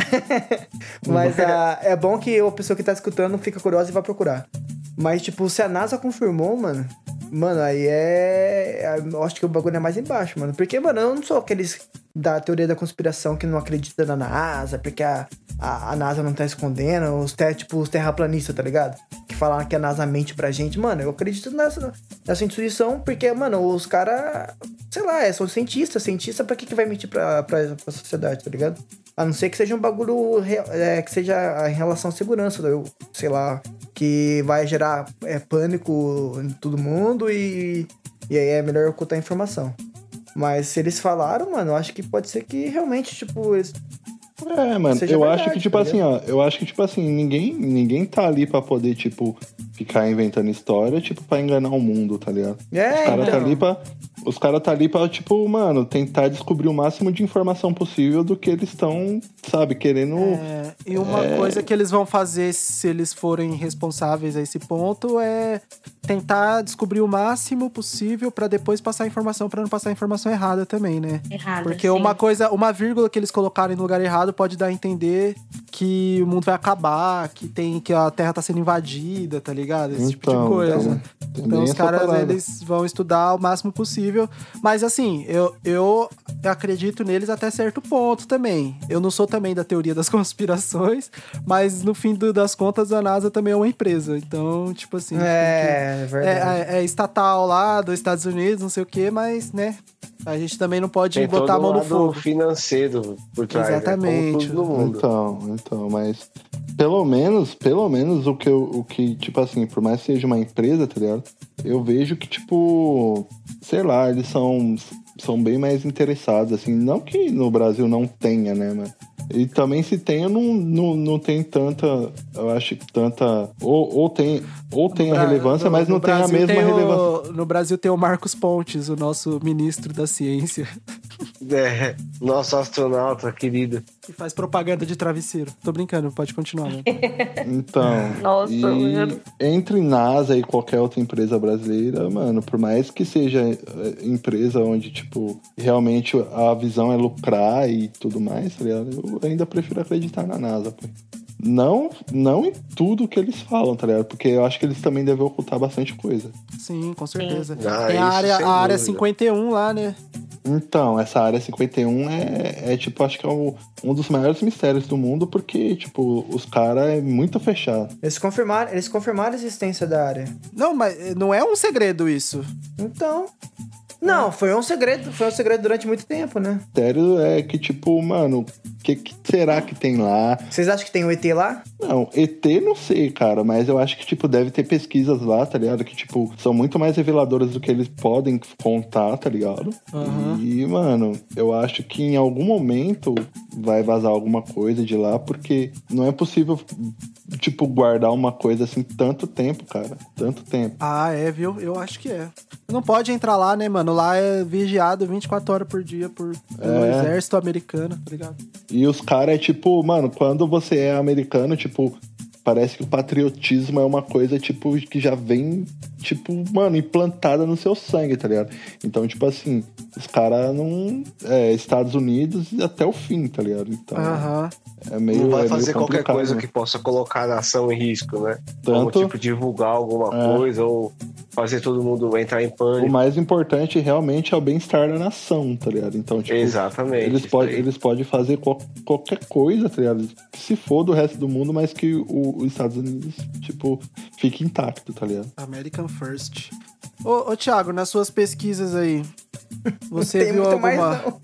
Mas a... é bom que a pessoa que tá escutando fica curiosa e vai procurar. Mas, tipo, se a NASA confirmou, mano... Mano, aí é... Eu acho que o bagulho é mais embaixo, mano. Porque, mano, eu não sou aqueles da teoria da conspiração que não acredita na NASA, porque a, a, a NASA não tá escondendo, os te, tipo, os terraplanistas, tá ligado? Que falam que a NASA mente pra gente. Mano, eu acredito nessa, nessa instituição porque, mano, os caras, sei lá, é, são cientistas. Cientista pra que, que vai mentir pra, pra, pra sociedade, tá ligado? A não ser que seja um bagulho, é, que seja em relação à segurança, eu, sei lá, que vai gerar é, pânico em todo mundo e, e aí é melhor ocultar a informação. Mas se eles falaram, mano, eu acho que pode ser que realmente, tipo, eles... É, mano, Seja eu verdade, acho que, tipo tá assim, ó, eu acho que, tipo assim, ninguém, ninguém tá ali pra poder, tipo, ficar inventando história, tipo, pra enganar o mundo, tá ligado? É, os caras então. tá ali pra, os caras tá ali pra, tipo, mano, tentar descobrir o máximo de informação possível do que eles estão, sabe, querendo... É, e uma É. coisa que eles vão fazer se eles forem responsáveis a esse ponto é tentar descobrir o máximo possível pra depois passar a informação, pra não passar a informação errada também, né? Errado, Porque sim. uma coisa, uma vírgula que eles colocarem no lugar errado pode dar a entender que o mundo vai acabar, que tem que a Terra tá sendo invadida, tá ligado? Esse tipo de Então, coisa. então, tem Então bem os essa caras, parada. eles vão estudar o máximo possível. Mas assim, eu, eu acredito neles até certo ponto também. Eu não sou também da teoria das conspirações, mas no fim do- das contas a NASA também é uma empresa. Então, tipo assim... É, tem que- verdade. é, é, é estatal lá dos Estados Unidos, não sei o quê, mas, né... A gente também não pode Tem botar a todo mão um no lado fogo. financeiro por trás, Exatamente. né? Como tudo no mundo. Então, então, mas pelo menos, pelo menos o que eu, o que, tipo assim, por mais que seja uma empresa, tá ligado? Eu vejo que, tipo, sei lá, eles são, são bem mais interessados, assim, não que no Brasil não tenha, né, mano? E também se tem, eu não, não, não tem tanta, eu acho que tanta, ou, ou tem, ou tem a Bra- relevância, no- mas não no tem a Brasil mesma tem o- relevância. No Brasil tem o Marcos Pontes, o nosso ministro da ciência, É, nosso astronauta querido. que faz propaganda de travesseiro. Tô brincando, pode continuar, né? Então, Nossa, e mano. entre NASA e qualquer outra empresa brasileira, mano, por mais que seja é, empresa onde, tipo, realmente a visão é lucrar e tudo mais, tá ligado? Eu ainda prefiro acreditar na NASA, pô. Não, não em tudo que eles falam, tá ligado? Porque eu acho que eles também devem ocultar bastante coisa. Sim, com certeza. Ah, tem a isso área, sem a área dúvida. cinquenta e um lá, né? Então, essa área cinquenta e um é, é tipo, acho que é o- um dos maiores mistérios do mundo, porque, tipo, os caras é muito fechado. Eles confirmaram, eles confirmaram a existência da área. Não, mas não é um segredo isso. Então... Não, foi um segredo, foi um segredo durante muito tempo, né? O mistério é que, tipo, mano, o que, que será que tem lá? Vocês acham que tem o E T lá? Não, E T não sei, cara, mas eu acho que, tipo, deve ter pesquisas lá, tá ligado? Que, tipo, são muito mais reveladoras do que eles podem contar, tá ligado? Uhum. E, mano, eu acho que em algum momento vai vazar alguma coisa de lá, porque não é possível, tipo, guardar uma coisa assim tanto tempo, cara. Tanto tempo. Ah, é, viu? Eu acho que é. Não pode entrar lá, né, mano? Lá é vigiado vinte e quatro horas por dia por, pelo É. exército americano, tá ligado? E os caras é tipo, mano, quando você é americano, tipo, parece que o patriotismo é uma coisa, tipo, que já vem, tipo, mano, implantada no seu sangue, tá ligado? Então, tipo assim, os caras não... É, Estados Unidos e até o fim, tá ligado? Então, Aham. é meio Não vai é fazer meio qualquer complicado, coisa né? que possa colocar a nação em risco, né? Tanto- Como, tipo, divulgar alguma É. coisa ou fazer todo mundo entrar em O pânico. mais importante realmente é o bem-estar da nação, tá ligado? Então, tipo, Exatamente. eles isso podem aí. eles podem fazer qual- qualquer coisa, tá ligado? Que se for do resto do mundo, mas que o- os Estados Unidos, tipo, fique intacto, tá ligado? American First. Ô, ô Thiago, nas suas pesquisas aí, você Tem viu muito alguma... mais, não.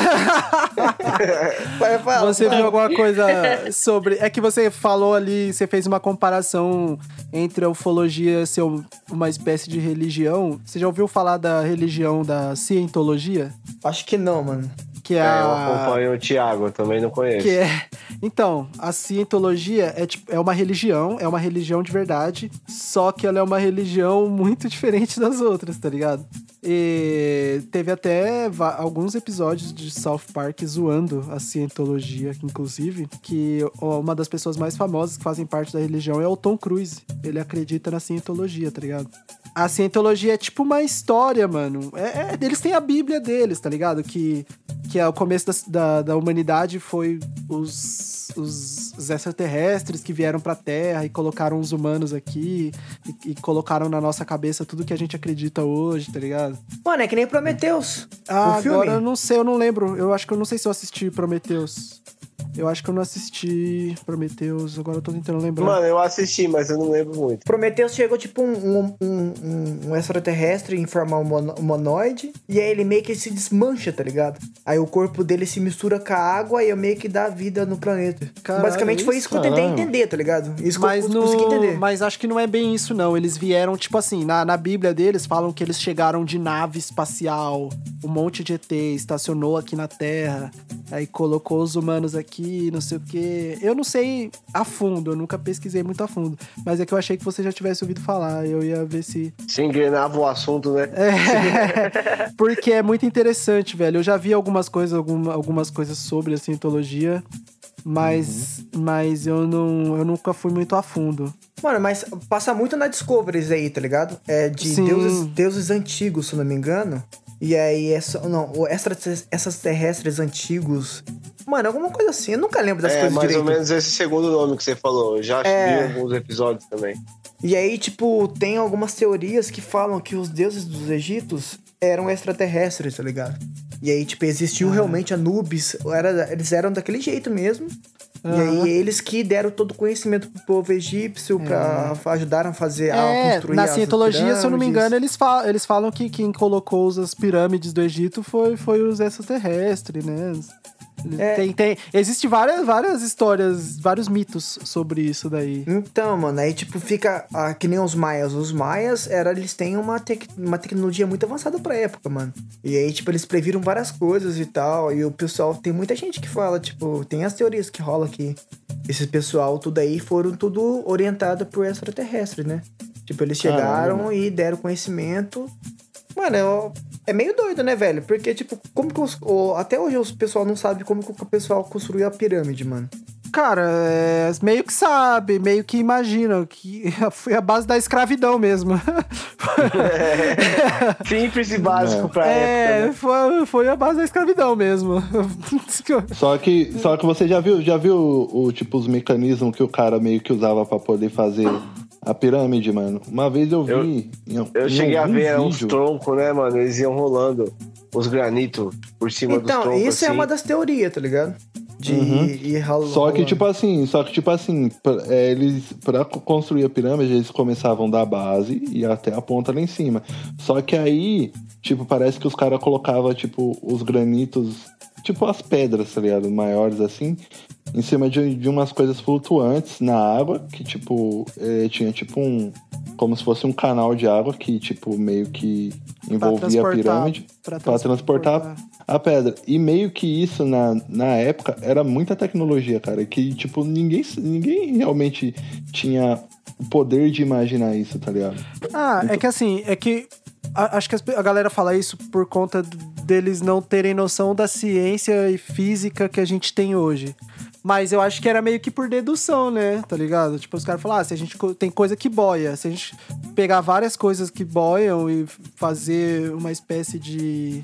Vai, fala, Você fala. viu alguma coisa sobre... É que você falou ali, você fez uma comparação entre a ufologia ser um- uma espécie de religião. Você já ouviu falar da religião da cientologia? Acho que não, mano. Que é, É, eu a... acompanho o Thiago, eu também não conheço. Que é... Então, a cientologia é, tipo, é uma religião, é uma religião de verdade, só que ela é uma religião muito diferente das outras, tá ligado? E teve até va- alguns episódios de South Park zoando a cientologia, inclusive, que uma das pessoas mais famosas que fazem parte da religião é o Tom Cruise. Ele acredita na cientologia, tá ligado? A cientologia é tipo uma história, mano. É, é- eles têm a Bíblia deles, tá ligado? Que, que é o começo da, da, da humanidade foi os, os, os extraterrestres que vieram pra Terra e colocaram os humanos aqui e, e colocaram na nossa cabeça tudo que a gente acredita hoje, tá ligado? Mano, é que nem Prometheus. Ah, o filme. agora eu não sei, eu não lembro. Eu acho que eu não sei se eu assisti Prometheus. Eu acho que eu não assisti Prometheus, agora eu tô tentando lembrar. Mano, eu assisti, mas eu não lembro muito. Prometheus chegou tipo um, um, um, um- um extraterrestre em forma humano- humanoide, e aí ele meio que se desmancha, tá ligado? Aí o corpo dele se mistura com a água e meio que dá vida no planeta. Caralho, Basicamente foi isso? isso que eu tentei Caralho. entender, tá ligado? Isso que Mas, eu consegui no... entender. Mas acho que não é bem isso, não. Eles vieram, tipo assim, na, na Bíblia deles falam que eles chegaram de nave espacial, um monte de E T, estacionou aqui na Terra, aí colocou os humanos aqui, não sei o quê. Eu não sei a fundo, eu nunca pesquisei muito a fundo, mas é que eu achei que você já tivesse ouvido falar, eu ia ver se... Se engrenava o assunto, né? É, porque é muito interessante, velho. Eu já vi algumas coisas, alguma, algumas coisas sobre a cientologia, mas, mas eu, não, eu nunca fui muito a fundo. Mano, mas passa muito na Discovery aí, tá ligado? É de Sim. deuses, deuses antigos, se eu não me engano. E aí, é só, não, o extra, essas terrestres antigos. Mano, alguma coisa assim. Eu nunca lembro das É, coisas mais direito. ou menos esse segundo nome que você falou. Eu já É. vi alguns episódios também. E aí, tipo, tem algumas teorias que falam que os deuses dos Egitos eram extraterrestres, tá ligado? E aí, tipo, existiu Ah. realmente Anubis. Era, eles eram daquele jeito mesmo. E Aham. aí, eles que deram todo o conhecimento pro povo egípcio pra ajudaram a fazer, a É, construir na as cientologia, se eu não me pirâmides. engano, eles, fa eles falam que quem colocou as pirâmides do Egito foi, foi os extraterrestres, né? É. Tem, tem, existe várias, várias histórias, vários mitos sobre isso daí. Então, mano, aí tipo fica ah, que nem os maias. Os maias, era, eles têm uma, tec uma tecnologia muito avançada pra época, mano. E aí, tipo, eles previram várias coisas e tal. E o pessoal, tem muita gente que fala, tipo, tem as teorias que rola que esse pessoal, tudo aí, foram tudo orientado por extraterrestre, né? Tipo, eles chegaram Caramba. e deram conhecimento. Mano, eu- é meio doido, né, velho? Porque, tipo, como que os, o- até hoje o pessoal não sabe como que o pessoal construiu a pirâmide, mano. Cara, é, meio que sabe, meio que imagina que foi a base da escravidão mesmo. Simples e básico pra É, época, né? foi, foi a base da escravidão mesmo. Só que, só que você já viu, já viu o, o, tipo, os mecanismos que o cara meio que usava pra poder fazer a pirâmide, mano? Uma vez eu vi... Eu- em, Eu em cheguei a algum ver era uns vídeo. troncos, né, mano? Eles iam rolando os granitos por cima dos Então, troncos, isso é assim. uma das teorias, tá ligado? De Uhum. ir ralo- Só que, rolando. tipo assim, só que, tipo assim, pra- é, eles, pra co- construir a pirâmide, eles começavam da base e até a ponta lá em cima. Só que aí, tipo, parece que os caras colocavam, tipo, os granitos, tipo as pedras, tá ligado? Maiores assim, em cima de, de umas coisas flutuantes na água, que, tipo, eh, tinha, tipo, um... como se fosse um canal de água que, tipo, meio que envolvia a transportar- pirâmide pra pra transportar transportar. a pedra. E meio que isso, na, na época, era muita tecnologia, cara. Que, tipo, ninguém, ninguém realmente tinha o poder de imaginar isso, tá ligado? Ah, é que assim, é que a- acho que as pe- a galera fala isso por conta d- deles não terem noção da ciência e física que a gente tem hoje. Mas eu acho que era meio que por dedução, né? Tá ligado? Tipo, os caras falam, ah, se a gente co- tem coisa que boia, se a gente pegar várias coisas que boiam e fazer uma espécie de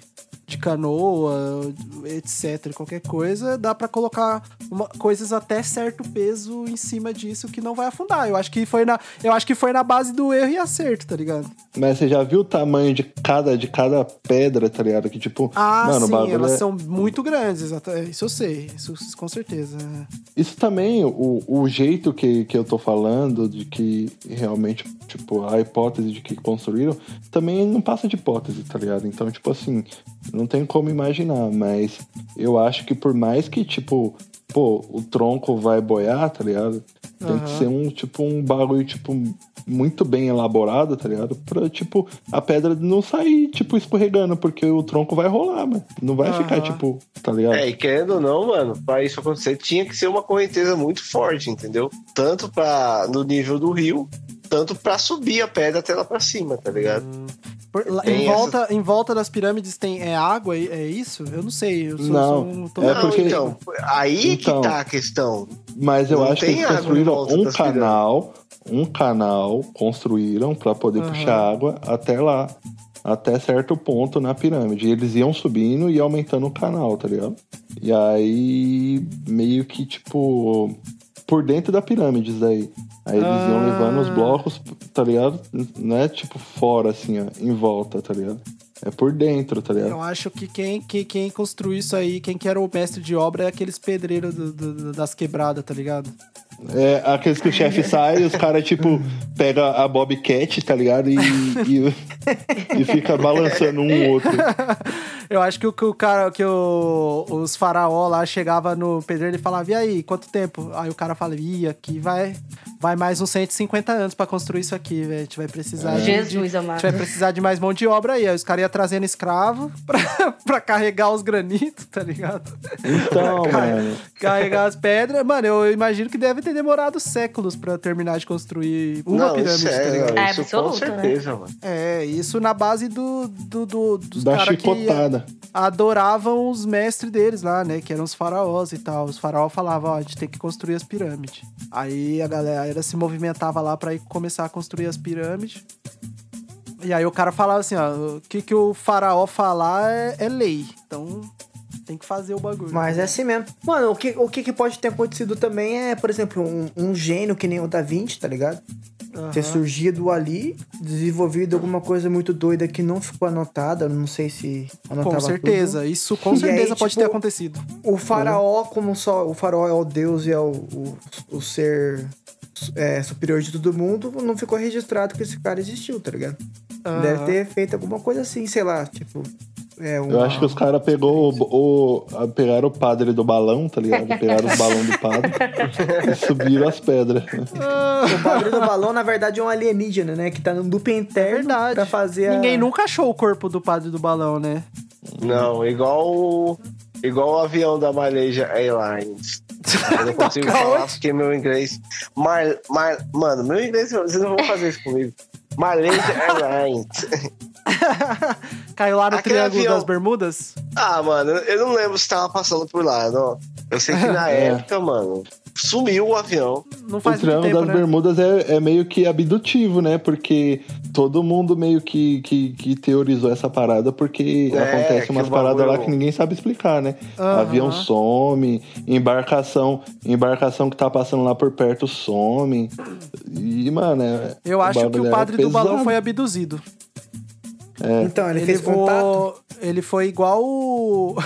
de canoa, etc, qualquer coisa, dá pra colocar uma, coisas até certo peso em cima disso que não vai afundar. Eu acho que foi na, eu acho que foi na base do erro e acerto, tá ligado? Mas você já viu o tamanho de cada, de cada pedra, tá ligado? Que tipo, ah, mano, sim, o bagulho elas é... são muito grandes, exato. Isso eu sei, isso com certeza. Isso também, o, o jeito que, que eu tô falando, de que realmente, tipo, a hipótese de que construíram, também não passa de hipótese, tá ligado? Então, tipo assim, não tem como imaginar, mas eu acho que por mais que, tipo, pô, o tronco vai boiar, tá ligado? Tem Uhum. que ser um, tipo, um bagulho, tipo, muito bem elaborado, tá ligado? Pra, tipo, a pedra não sair, tipo, escorregando, porque o tronco vai rolar, mano. Não vai Uhum. ficar, tipo, tá ligado? É, e querendo ou não, mano, pra isso acontecer, tinha que ser uma correnteza muito forte, entendeu? Tanto pra, no nível do rio, tanto pra subir a pedra até lá pra cima, tá ligado? Por- lá- Tem em, volta, em volta das pirâmides tem é água, é é isso? Eu não sei. Eu sou, Não, sou um, tô- é não, porque- então, aí Então, que tá a questão. Mas eu Não acho que tem eles água em construíram volta um das canal, um canal, construíram pra poder Aham. puxar água até lá, até certo ponto na pirâmide. E eles iam subindo e aumentando o canal, tá ligado? E aí, meio que, tipo, por dentro da pirâmide, isso daí. Aí eles iam Ah. levando os blocos, tá ligado? Não é tipo fora, assim, ó, em volta, tá ligado? É por dentro, tá ligado? Eu acho que quem, que, quem construiu isso aí, quem que era o mestre de obra é aqueles pedreiros do- do- das quebradas, tá ligado? É aqueles que o chefe sai e os caras, tipo, pega a Bobcat, tá ligado? E, e, e fica balançando um ou outro. Eu acho que o, que o cara, que o, os faraó lá chegava no pedreiro e falava, e aí, quanto tempo? Aí o cara fala, ih, aqui vai, vai mais uns cento e cinquenta anos pra construir isso aqui, velho. A gente vai precisar de, Jesus de, a amado. gente vai precisar de mais mão de obra aí. Aí os caras iam trazendo escravo pra, pra carregar os granitos, tá ligado? Então, Car- mano. Carregar as pedras. Mano, eu imagino que deve ter demorado séculos pra terminar de construir uma não, pirâmide, isso tá é, ligado? É isso absoluto, com né? certeza, mano. É, isso na base do, do, do- dos Da caras que chicotada. adoravam os mestres deles lá, né? Que eram os faraós e tal. Os faraós falavam, ó, a gente tem que construir as pirâmides. Aí a galera se movimentava lá pra ir começar a construir as pirâmides. E aí o cara falava assim, ó, o que, que o faraó falar é, é lei. Então tem que fazer o bagulho. Mas é assim mesmo. Mano, o que, o que que pode ter acontecido também é, por exemplo, um, um gênio que nem o Da Vinci, tá ligado? Aham. Ter surgido ali, desenvolvido alguma coisa muito doida que não ficou anotada, não sei se anotava Com certeza, tudo. isso com E certeza aí, pode tipo, ter acontecido. O faraó, como só o faraó é o deus e é o, o, o ser é, superior de todo mundo, não ficou registrado que esse cara existiu, tá ligado? Aham. Deve ter feito alguma coisa assim, sei lá, tipo... É um... Eu acho que os caras pegou o, o, pegaram o padre do balão, tá ligado? Pegaram o balão do padre e subiram as pedras. O padre do balão, na verdade, é um alienígena, né? Que tá no loop É interno verdade. pra fazer a... Ninguém nunca achou o corpo do padre do balão, né? Não, igual o, igual o avião da Malaysia Airlines. Eu não consigo falar porque meu inglês... Mar, mar, mano, meu inglês, vocês não vão fazer isso comigo. Malaysia Airlines. Caiu lá no Aquele Triângulo avião- das Bermudas? Ah, mano, eu não lembro se tava passando por lá, não. Eu sei que na É. época, mano, sumiu o avião. Não O faz muito Triângulo tempo, das né? Bermudas é, é meio que abdutivo, né? Porque todo mundo meio que, que, que teorizou essa parada, porque É, acontece que umas o paradas bagulho- lá que ninguém sabe explicar, né? Aham. Avião some, embarcação, embarcação que tá passando lá por perto some. E, mano, é, Eu acho que bagulho o é padre do balão pesado. foi abduzido. Então, ele, Ele fez contato. voou... Ele foi igual o...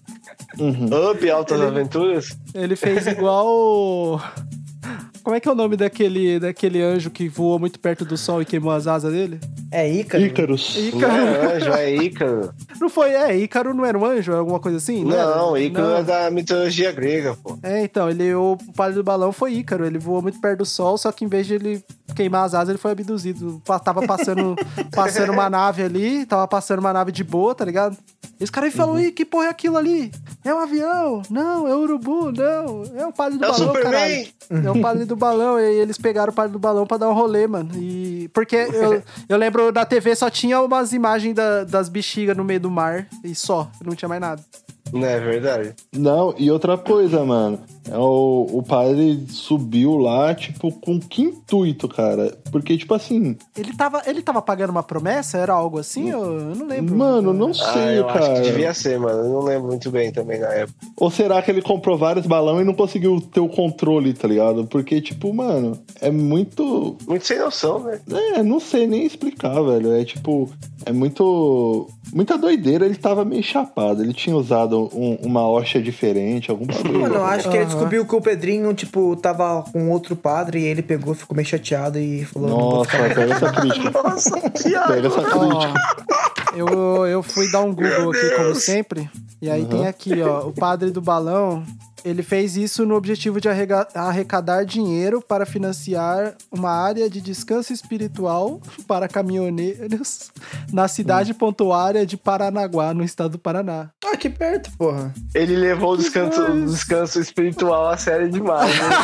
Up, Altas Aventuras. Ele fez igual o... Como é que é o nome daquele, daquele anjo que voou muito perto do sol e queimou as asas dele? É Ícaro. Ícaros. Não Ícaro. é anjo, é Ícaro. Não foi, é, Ícaro não era um anjo, alguma coisa assim? Não, era? Ícaro Não. é da mitologia grega, pô. É, então, ele, o padre do balão foi Ícaro, ele voou muito perto do sol, só que em vez de ele queimar as asas, ele foi abduzido. Pa- Tava passando, passando uma nave ali, tava passando uma nave de boa, tá ligado? E os caras falou, ih, que porra é aquilo ali? É um avião? Não, é um urubu? Não, é o padre do É o balão, Superman! caralho. É o padre do balão, e aí eles pegaram o padre do balão pra dar um rolê, mano. E... Porque eu, eu lembro, na T V só tinha umas imagens da- das bexigas no meio do mar, e só, não tinha mais nada. Não é verdade? Não, e outra coisa, mano. É o, o padre subiu lá, tipo, com que intuito, cara? Porque, tipo assim... Ele tava, ele tava pagando uma promessa? Era algo assim? Eu, eu não lembro. Mano, não Ah, sei, eu cara. acho que devia ser, mano. Eu não lembro muito bem também na época. Ou será que ele comprou vários balões e não conseguiu ter o controle, tá ligado? Porque, tipo, mano, é muito... Muito sem noção, né? É, não sei nem explicar, velho. É tipo... É muito... Muita doideira. Ele tava meio chapado. Ele tinha usado um- uma hoxa diferente, algum bagulho. Mano, eu acho que ele Aham. descobriu que o Pedrinho, tipo, tava com outro padre e ele pegou, ficou meio chateado e falou... "Não vou Nossa, ficar pega essa crítica. Nossa, Pega essa crítica. Ó, eu, eu fui dar um Google aqui, como sempre. E aí tem aqui, ó, o padre do balão. Ele fez isso no objetivo de arrega- arrecadar dinheiro para financiar uma área de descanso espiritual para caminhoneiros na cidade pontuária de Paranaguá, no estado do Paraná. Ah, que perto, porra. Ele levou o descanso, o descanso espiritual a sério demais, né?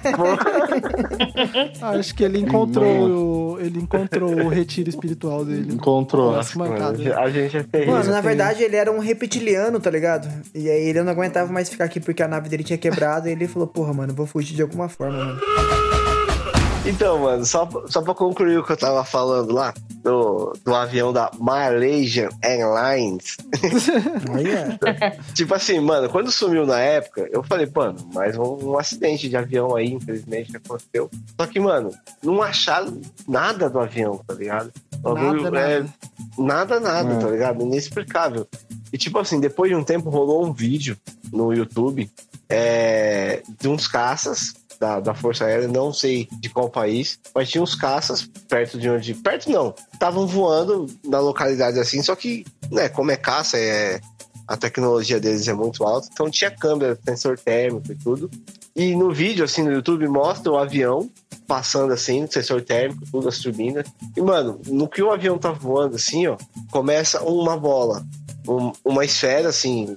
Acho que ele encontrou, o, ele encontrou o retiro espiritual dele. Encontrou. Nossa, mancada. Mano, a gente é terrível. Mano, na verdade ele era um reptiliano, tá ligado? E aí ele não aguentava mais ficar aqui porque a nave dele tinha quebrado e ele falou, porra, mano, vou fugir de alguma forma, mano. Então, mano, só, só pra concluir o que eu tava falando lá, do, do avião da Malaysian Airlines. Olha. Tipo assim, mano, quando sumiu na época, eu falei, mano, mais um, um acidente de avião aí, infelizmente, que aconteceu. Só que, mano, não acharam nada do avião, tá ligado? O bagulho Nada, é- nada. Nada, nada, É. tá ligado? Inexplicável. E tipo assim, depois de um tempo rolou um vídeo no YouTube é, de uns caças da, da Força Aérea, não sei de qual país, mas tinha uns caças perto de onde... Perto não, estavam voando na localidade assim, só que, né, como é caça, é, a tecnologia deles é muito alta, então tinha câmera, sensor térmico e tudo. E no vídeo, assim, no YouTube, mostra o avião passando assim, no sensor térmico, tudo, as turbinas. E, mano, no que o avião tá voando, assim, ó, começa uma bola, um- uma esfera, assim,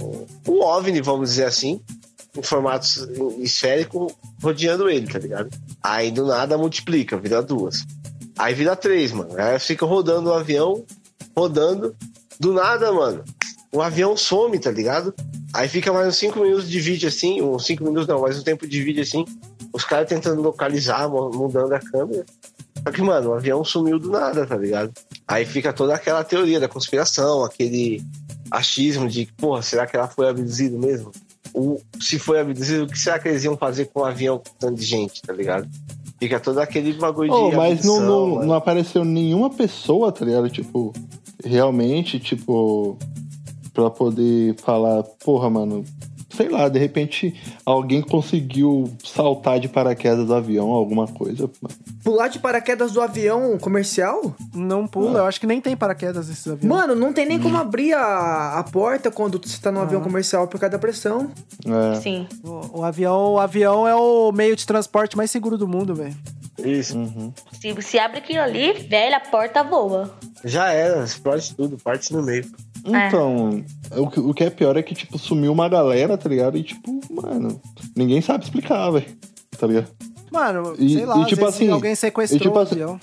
um OVNI, vamos dizer assim, em formato esférico, rodeando ele, tá ligado? Aí, do nada, multiplica, vira duas. Aí vira três, mano. Aí fica rodando o avião, rodando. Do nada, mano, o avião some, tá ligado? Aí fica mais uns cinco minutos de vídeo, assim, uns cinco minutos não, mais um tempo de vídeo, assim, os caras tentando localizar, mu- mudando a câmera. Só que, mano, o avião sumiu do nada, tá ligado? Aí fica toda aquela teoria da conspiração, aquele achismo de, porra, será que ela foi abduzida mesmo? Ou, se foi abduzida, o que será que eles iam fazer com um avião com tanto de gente, tá ligado? Fica todo aquele bagulho Oh, de mas não, abdução, não, mano. não apareceu nenhuma pessoa, tá ligado? Tipo, realmente, tipo, pra poder falar, porra, mano, sei lá, de repente alguém conseguiu saltar de paraquedas do avião, alguma coisa. Pular de paraquedas do avião comercial? Não pula, eu acho que nem tem paraquedas nesses aviões. Mano, não tem nem como abrir a, a porta quando você tá num avião Ah. comercial por causa da pressão. É. Sim. O, o avião, o avião é o meio de transporte mais seguro do mundo, velho. Isso. Uhum. Se, se abre aquilo ali, velho, a porta voa. Já era, explode tudo, parte no meio. Então, o, que- o que é pior é que, tipo, sumiu uma galera, tá ligado? E, tipo, mano, ninguém sabe explicar, velho. Tá ligado? Mano, E- sei lá, e às tipo vezes assim, alguém sequestrou e tipo o assim- avião.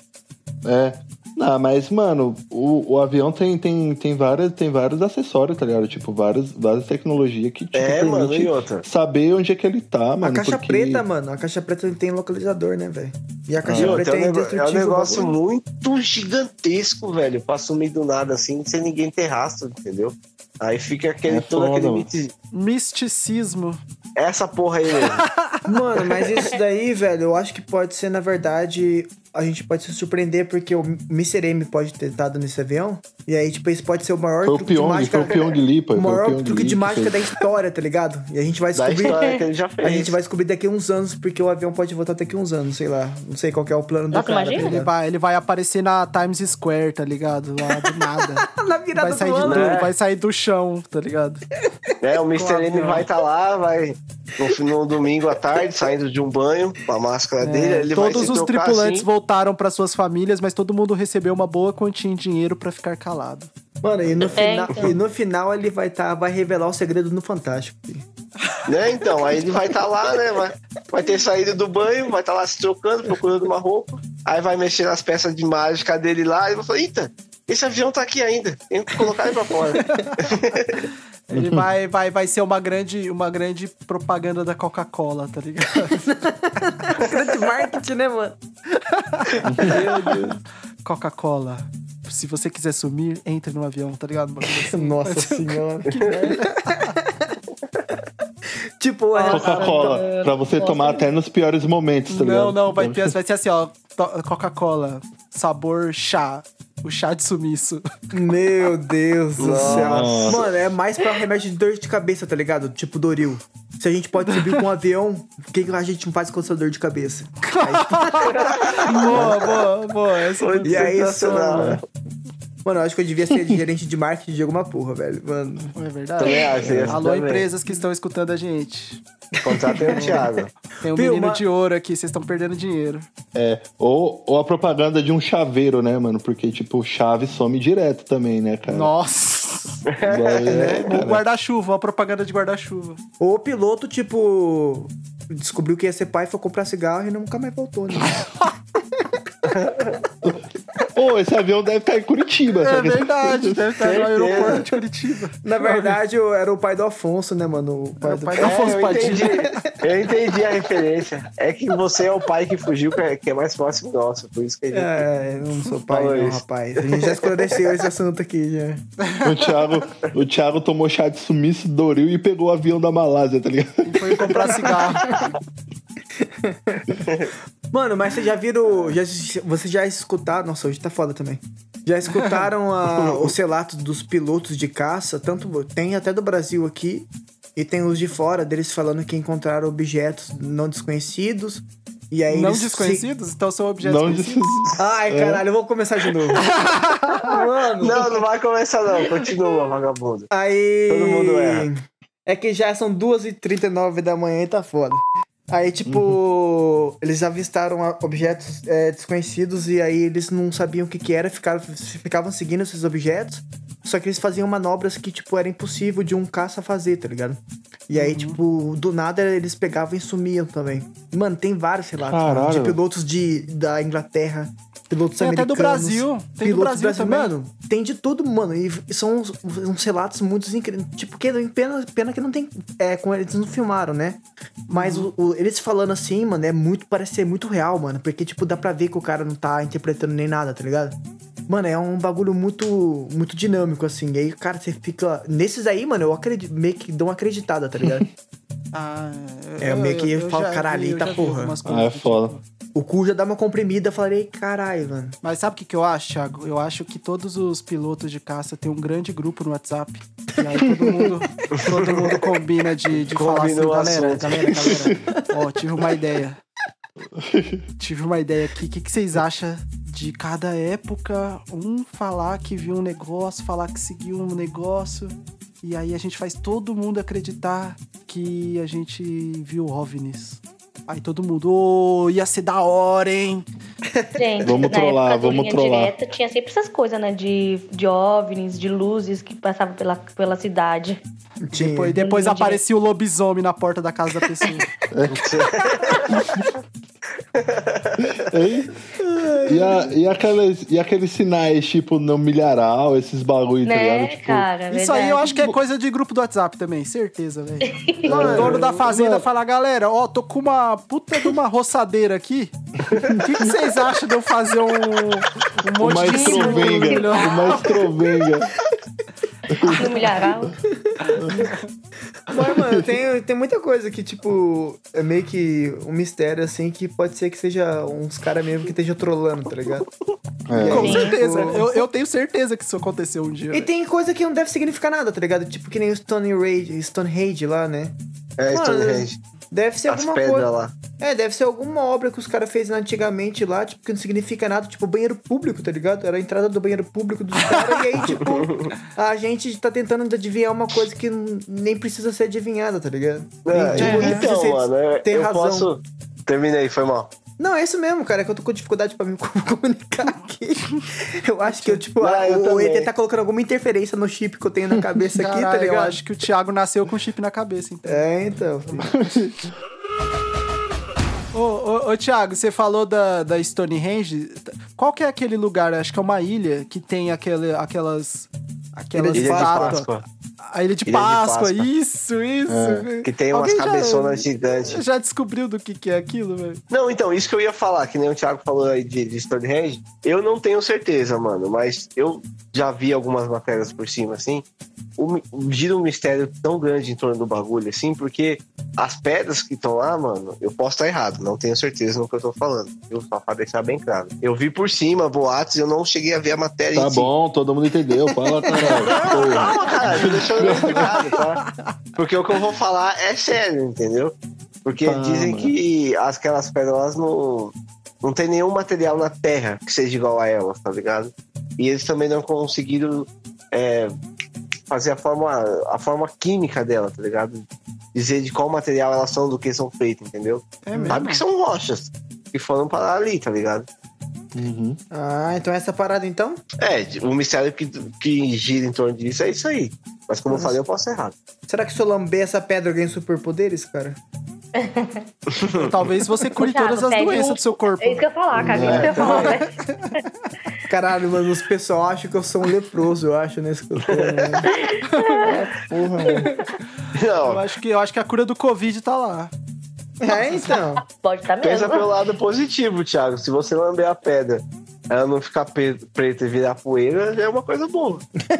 É. Não, mas, mano, o, o avião tem, tem, tem, várias, tem vários acessórios, tá ligado? Tipo, várias, várias tecnologias que, tipo, É, mano, permite e outra? saber onde é que ele tá, mano. a caixa porque... preta, mano. A caixa preta tem localizador, né, velho? E a E caixa outra, preta é, é um nego- é um indestrutível. negócio o bagulho. muito gigantesco, velho, pra sumir do nada assim, sem ninguém ter rastro, entendeu? Aí fica aquele, É todo foda, aquele mano. mito. Misticismo. Essa porra aí mesmo. Mano, mas isso daí, velho, eu acho que pode ser, na verdade, a gente pode se surpreender porque o mister M pode ter estado nesse avião. E aí, tipo, esse pode ser o maior Foi o truque de Pyong, mágica. foi o Pyong Lee, pô. o foi maior Pyong truque Lee de que mágica fez. da história, tá ligado? E a gente vai Da descobrir. história que ele já fez. A gente vai descobrir daqui a uns anos, porque o avião pode voltar daqui a uns anos, sei lá. Não sei qual que é o plano do Nossa, cara. imagina. tá Ele ligado? vai, ele vai aparecer na Times Square, tá ligado? Lá do nada. Na virada Vai sair, do de ano. tudo, né? vai sair do chão, tá ligado? É, o mister Com M avião. vai estar lá, vai no, no domingo à tarde, saindo de um banho, com a máscara dele, É, ele vai todos se os trocar tripulantes assim. voltaram para suas famílias, mas todo mundo recebeu uma boa quantia em dinheiro pra ficar calado. Mano, e no, É, final, então. e no final ele vai, tá, vai revelar o segredo no Fantástico. filho. Né? Então, aí ele vai estar lá, né? Vai, vai ter saído do banho, vai estar lá se trocando, procurando uma roupa. Aí vai mexer nas peças de mágica dele lá e vai falar: eita, esse avião tá aqui ainda, tem que colocar ele pra fora. Ele vai, vai, vai ser uma grande, uma grande propaganda da Coca-Cola, tá ligado? Grande marketing, né, mano? Meu Deus. Coca-Cola. Se você quiser sumir, entre no avião, tá ligado? Assim. Nossa senhora. Que merda. Tipo, a Coca-Cola, pra você tomar até nos piores momentos, tá ligado? Não, não, vai, ter, vai ser assim, ó. Coca-Cola, sabor chá. O chá de sumiço. Meu Deus do Nossa. céu. Mano, é mais pra remédio de dor de cabeça, tá ligado? Tipo Doril. Se a gente pode subir com um avião, o que, que a gente não faz com essa dor de cabeça? Boa, boa, boa. Essa foi E aí, sensacional. mano, mano, eu acho que eu devia ser gerente de marketing de alguma porra, velho. Mano. É verdade. Também acho, isso Alô, também. empresas que estão escutando a gente. Contratem o Thiago. Tem um Viu, menino ma- de ouro aqui, vocês estão perdendo dinheiro. É, ou, ou a propaganda de um chaveiro, né, mano? Porque, tipo, chave some direto também, né, cara? Nossa! É, O cara. guarda-chuva, a propaganda de guarda-chuva. Ou o piloto, tipo, descobriu que ia ser pai, foi comprar cigarro e nunca mais voltou, né? Pô, esse avião deve estar em Curitiba. É sabe? verdade, deve estar no Certeza. aeroporto de Curitiba. Na verdade, eu era o pai do Afonso, né, mano? O pai Era o do... pai do Afonso eu Padilha. entendi, eu entendi a referência. É que você é o pai que fugiu, que é, que é mais próximo nosso. Por isso que a gente... É, eu não sou pai, Falou não, isso. rapaz. A gente já esclareceu esse assunto aqui, já. O Thiago, o Thiago tomou chá de sumiço, Doril e pegou o avião da Malásia, tá ligado? E foi comprar cigarro. Mano, mas vocês já viram... Já, vocês já escutaram... Nossa, hoje tá foda também. Já escutaram a, os relatos dos pilotos de caça? Tanto tem até do Brasil aqui. E tem os de fora, deles falando que encontraram objetos não desconhecidos. E aí Não eles desconhecidos? Então são objetos Não conhecidos. disse. Ai, caralho, eu vou começar de novo. Mano, Não, não vai começar não. Continua, vagabundo. aí... Todo mundo erra. É que já são duas e trinta e nove da manhã e tá foda. Aí, tipo, Uhum. eles avistaram a- objetos é, desconhecidos e aí eles não sabiam o que que era, ficaram, ficavam seguindo esses objetos, só que eles faziam manobras que, tipo, era impossível de um caça fazer, tá ligado? E aí, tipo, do nada eles pegavam e sumiam também. Mano, tem vários relatos, mano, de Caralho. pilotos de, da Inglaterra, pilotos Tem até americanos. do Brasil. Tem do pilotos Brasil também. Mano, tem de tudo, mano. E são uns, uns relatos muito incríveis. Tipo, que pena, pena que não tem. É, com eles não filmaram, né? Mas Uhum. o, o- eles falando assim, mano, é muito. Parece ser muito real, mano. Porque, tipo, dá pra ver que o cara não tá interpretando nem nada, tá ligado? Mano, é um bagulho muito, muito dinâmico, assim. E aí, cara, você fica. Nesses aí, mano, eu acredito, meio que dou uma acreditada, tá ligado? Ah, É, meio que eu falo, já caralho, vi- eu eita já vi porra. algumas Ah, coisas é do foda. tipo. O cu já dá uma comprimida, eu falei, caralho, mano. Mas sabe o que, que eu acho, Thiago? Eu acho que todos os pilotos de caça têm um grande grupo no WhatsApp. E aí todo mundo, todo mundo combina de, de falar assim, Combina o galera, assunto. galera, galera. Ó, tive uma ideia. Tive uma ideia aqui. O que, que vocês acham de cada época um falar que viu um negócio, falar que seguiu um negócio. E aí a gente faz todo mundo acreditar que a gente viu OVNIs. Aí todo mundo, ô, ia ser da hora, hein? Gente, Vamos na trollar, época do vamos Linha trollar. Direta, tinha sempre essas coisas, né? De, de OVNIs, de luzes que passavam pela, pela cidade. Tinha. Depois, depois Linha aparecia o lobisomem na porta da casa da pessoa. Hein? E, a- e aqueles, e aqueles sinais, tipo, no milharal, esses bagulho, tá Né, ligado? Tipo, cara? Isso aí eu verdade. acho que é coisa de grupo do WhatsApp também, certeza, velho. O dono da fazenda fala, galera, ó, tô com uma puta de uma roçadeira aqui. O que, que vocês acham de eu fazer um, um monte uma de estrovenga, cilindro? uma estrovenga. No milharal. Mas, mano, tem, tem muita coisa que, tipo, é meio que um mistério, assim, que pode ser que seja uns caras mesmo que estejam trolando, tá ligado? É. Com Sim. certeza. Eu, eu tenho certeza que isso aconteceu um dia. E velho. tem coisa que não deve significar nada, tá ligado? Tipo, que nem o Stone Rage, Stonehenge lá, né? É, Mano, Stonehenge. Deve ser As alguma pedras coisa. lá. É, deve ser alguma obra que os caras fez antigamente lá, tipo, que não significa nada, tipo, banheiro público, tá ligado? Era a entrada do banheiro público dos caras, e aí, tipo, a gente tá tentando adivinhar uma coisa que n- nem precisa ser adivinhada, tá ligado? É, E, tipo, não precisa então, ser- mano, eu, tem eu razão. posso... Terminei, foi mal. Não, é isso mesmo, cara, é que eu tô com dificuldade pra me comunicar aqui. Eu acho que eu, tipo, Não, a- eu o E T também. tá colocando alguma interferência no chip que eu tenho na cabeça aqui, Caralho, tá eu ligado? acho que o Thiago nasceu com chip na cabeça, então. É, então. filho. Ô, ô, ô, Thiago, você falou da, da Stonehenge. Qual que é aquele lugar? Acho que é uma ilha que tem aquele, aquelas... Aquelas Ilha de Ilha de estátuas. Páscoa. A Ilha de, Ilha de Páscoa, Páscoa. isso, isso. É. Que tem umas Alguém já- cabeçonas gigantes. Já descobriu do que, que é aquilo, velho? Não, então, isso que eu ia falar, que nem o Thiago falou aí de, de Stonehenge, eu não tenho certeza, mano, mas eu já vi algumas matérias por cima, assim, o, o, gira um mistério tão grande em torno do bagulho, assim, porque as pedras que estão lá, mano, eu posso estar errado, não tenho certeza no que eu tô falando, eu só pra deixar bem claro. Eu vi por cima, boatos, eu não cheguei a ver a matéria Tá em si. bom, todo mundo entendeu. Fala, caralho. Porra. Calma, cara, tô deixando bem explicado, tá? Porque o que eu vou falar é sério, entendeu? Porque Tá, dizem mano. que aquelas pedras elas não, não tem nenhum material na Terra que seja igual a elas, tá ligado? E eles também não conseguiram é, fazer a forma, a forma química dela, tá ligado? Dizer de qual material elas são, do que são feitas, entendeu? É mesmo? Sabe que são rochas que foram parar ali, tá ligado? Uhum. Ah, então essa parada então? É, o mistério que, que gira em torno disso é isso aí. Mas como eu falei, eu posso errar. Será que se eu lamber essa pedra eu ganho superpoderes, cara? Talvez você cure Thiago, todas as pede doenças um- do seu corpo. É isso que eu ia falar, cara. É isso que eu ia falar, né? Caralho, mano, os pessoal acham que eu sou um leproso, eu acho, nesse que eu tô, né? Ah, porra, mano. Eu Não, acho, que, eu acho que a cura do Covid tá lá. É, então. Pode estar pensa mesmo. pelo lado positivo, Thiago. Se você lamber a pedra, ela não ficar pe- preta e virar poeira, já é uma coisa boa.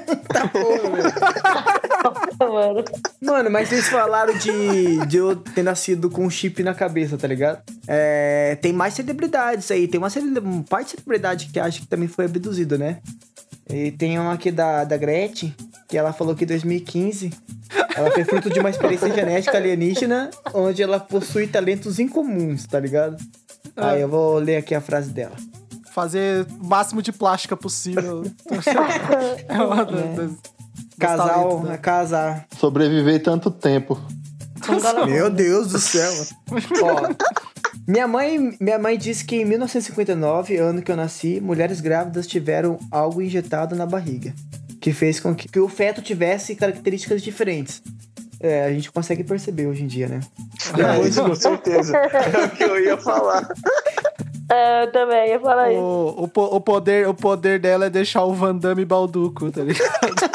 Mano. Mano, mas vocês falaram de, de eu ter nascido com um chip na cabeça, tá ligado? É, tem mais celebridades aí. Tem uma cele- um par de celebridade que acha que também foi abduzida, né? E tem uma aqui da, da Gretchen, que ela falou que em dois mil e quinze ela foi fruto de uma experiência genética alienígena, onde ela possui talentos incomuns, tá ligado? Aí eu vou ler aqui a frase dela. Fazer o máximo de plástica possível. É uma das, das, dos Casal, talentos, né? casar. Sobreviver tanto tempo. Meu Deus do céu. Ó, minha mãe, minha mãe disse que em mil novecentos e cinquenta e nove, ano que eu nasci, mulheres grávidas tiveram algo injetado na barriga, que fez com que, que o feto tivesse características diferentes. É, a gente consegue perceber hoje em dia, né? É, isso com certeza. É o que eu ia falar. É, eu também ia falar isso. O, o, po- o, poder, o poder dela é deixar o Van Damme balduco, tá ligado?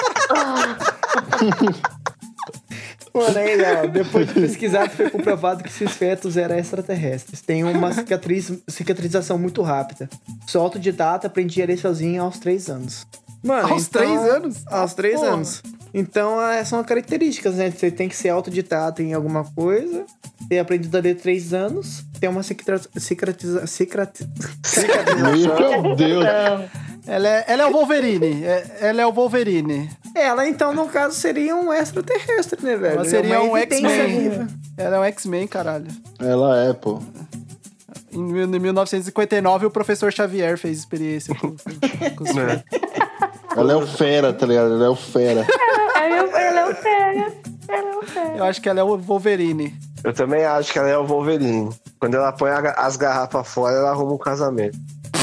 Mano, aí, ó, depois de pesquisar, foi comprovado que esses fetos eram extraterrestres. Tem uma cicatriz, cicatrização muito rápida. Sou autodidata, aprendi a ler sozinho aos três anos. Mano, Aos três anos? Aos três Porra. anos. Então, é, são características, né? Você tem que ser autodidata em alguma coisa, ter aprendido a ler três anos, ter uma cicatriz... cicatriza, cicatriz, Meu Deus. Ela é, ela é o Wolverine. É- ela é o Wolverine. Ela, então, no caso, seria um extraterrestre, né, velho? Ela seria É uma um evidência X-Men. viva. Ela é um X-Men, caralho. Ela é, pô. Em mil- em mil novecentos e cinquenta e nove, o professor Xavier fez experiência com, com os É. Ela é o fera, tá ligado? Ela é o fera. Ela é o fera. Ela é o fera. Eu acho que ela é o Wolverine. Eu também acho que ela é o Wolverine. Quando ela põe a- as garrafas fora, ela arruma um casamento.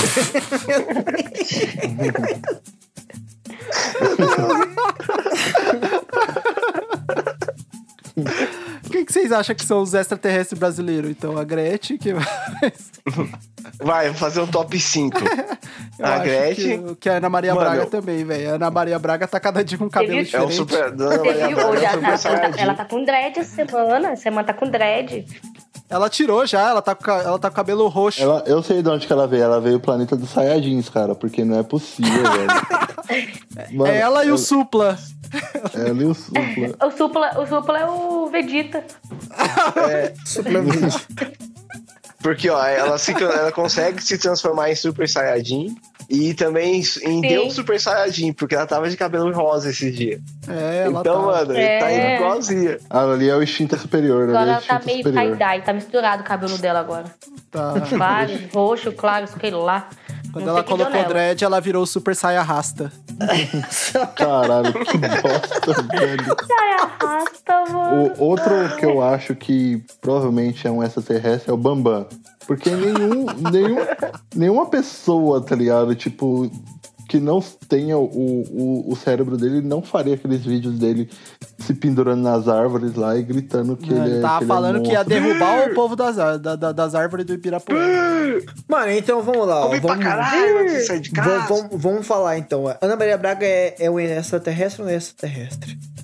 Quem que vocês acham que são os extraterrestres brasileiros? Então, a Gretchen, que vai... Vai, vou fazer um top cinco. Eu A acho Gretchen. Que, que a Ana Maria Mano, Braga eu- também, velho. A Ana Maria Braga tá cada dia com um cabelo viu? É diferente. o super. Dona Você Maria viu? Braga Hoje é o ela super tá, saiyajin. ela tá com dread essa semana. Essa semana tá com dread. Ela tirou já, ela tá com, ca- ela tá com cabelo roxo. Ela, eu sei de onde que ela veio. Ela veio do planeta dos Saiyajins, cara. Porque não é possível, velho. Mano, É ela e eu- o Supla. Ela e o Supla. O Supla, o Supla é o Vegeta. Suplemento. Porque, ó, ela, se, ela consegue se transformar em Super Saiyajin e também em Deus Super Saiyajin, porque ela tava de cabelo rosa esses dias. É, ela Então, tá. mano, ele tá indo É. igualzinha. Ela ali é o instinto superior. Ela Agora é o ela tá instinto meio superior. tie-dye. Tá misturado o cabelo dela agora. tá. Vários, roxo, claro, sei lá. Quando Não ela sei o que deu colocou nela. dread, ela virou o Super Saia Rasta. Caralho, que bosta, velho. Ai, arrasta, mano. O outro que eu acho que provavelmente é um extraterrestre é o Bambam. Porque nenhum, nenhum, nenhuma pessoa, tá ligado? Tipo, que não tenha o, o, o cérebro dele não faria aqueles vídeos dele se pendurando nas árvores lá e gritando que ele, Ele é. tava que ele falando é um que ia monstro. derrubar o povo das, ar- da- da- das árvores do Ibirapuera. Mano, então vamos lá. ó, Come pra Vamos, caralho antes de sair de casa. vamos, vamos, vamos falar então. Ana Maria Braga é, é um extraterrestre ou não é extraterrestre?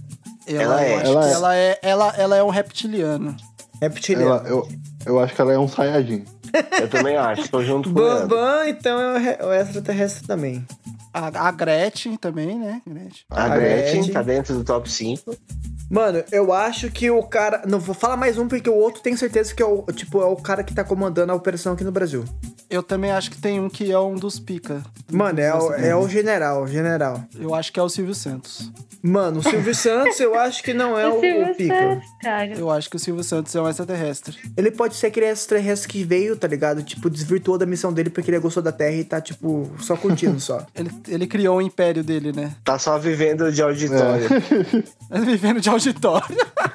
Ela é. eu acho Ela que é. ela é, ela, ela é um reptiliano. Reptiliano. Ela, eu, eu acho que ela é um Saiyajin. Eu também acho, tô junto com ela. Bambam, então é o re- o extraterrestre também. A, a Gretchen também, né? Gretchen. A A Gretchen Gretchen. tá dentro do top cinco. Mano, eu acho que o cara... Não, vou falar mais um, porque o outro tenho certeza que é o, tipo, é o cara que tá comandando a operação aqui no Brasil. Eu também acho que tem um que é um dos pica. Mano, é o, é o general, general. Eu acho que é o Silvio Santos. Mano, o Silvio Santos eu acho que não é o, o pica. Cara. Eu acho que o Silvio Santos é um extraterrestre. Ele pode ser aquele extraterrestre que veio, tá ligado? Tipo, desvirtuou da missão dele porque ele gostou da Terra e tá, tipo, só curtindo só. Ele, ele criou o império dele, né? Tá só vivendo de auditório. Ele vivendo de auditório.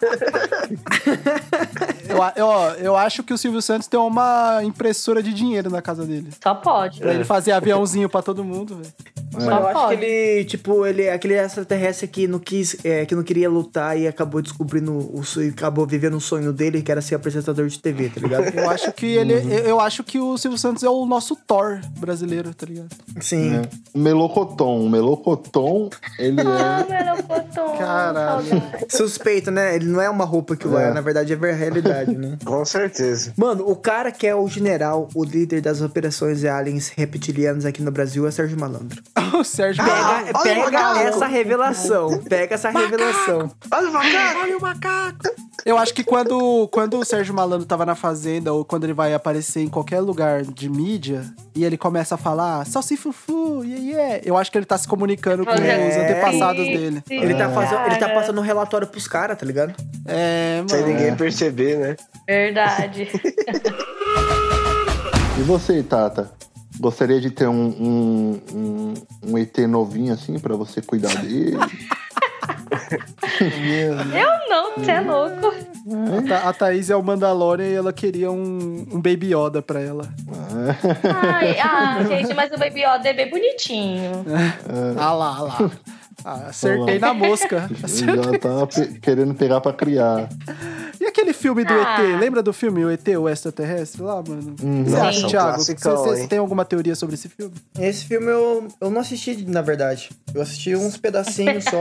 eu, a- eu, ó, eu acho que o Silvio Santos tem uma impressora de dinheiro na casa dele. Só pode. Pra ele fazer aviãozinho pra todo mundo, velho. Mano, Só eu acho pode. que ele, tipo, ele é aquele extraterrestre que não quis, é, que não queria lutar e acabou descobrindo o sonho, acabou vivendo um sonho dele, que era ser apresentador de T V, tá ligado? Eu acho que ele. Eu, eu acho que o Silvio Santos é o nosso Thor brasileiro, tá ligado? Sim. É. Melocoton. O Melocoton, ele Ah, é... melocotão. Caralho. saudade. Suspeito, né? Ele não é uma roupa que lá, É. na verdade é ver- realidade, né? Com certeza. Mano, o cara que é o general, o líder das operações aliens reptilianas aqui no Brasil é Sérgio Malandro. O Sérgio Pega, olha o pega macaco. essa revelação. Pega essa revelação. Olha o macaco! Olha o macaco! Eu acho que quando, quando o Sérgio Malandro tava na Fazenda, ou quando ele vai aparecer em qualquer lugar de mídia, e ele começa a falar salsifufu, yeah, yeah, eu acho que ele tá se comunicando com É. os antepassados dele. Sim, Ele tá, fazendo, ele tá cara. passando um relatório pros caras, tá ligado? É, Sem mano. ninguém perceber, né? Verdade. E você, Tata? Gostaria de ter um, um, um, um E T novinho assim pra você cuidar dele? Eu não, você é louco. A, Tha- a Thaís é o Mandalorian e ela queria um, um Baby Yoda pra ela. Ai, ah, gente, mas o Baby Yoda é bem bonitinho. Ah lá, ah lá. Ah, acertei na mosca. Já tá pe- querendo pegar pra criar. E aquele filme do Ah. E T? Lembra do filme O E T, o extraterrestre lá, mano? O que você Nossa, acha, um Thiago? Você, classicão, você- hein? você tem alguma teoria sobre esse filme? Esse filme eu, eu não assisti, na verdade. Eu assisti uns pedacinhos só.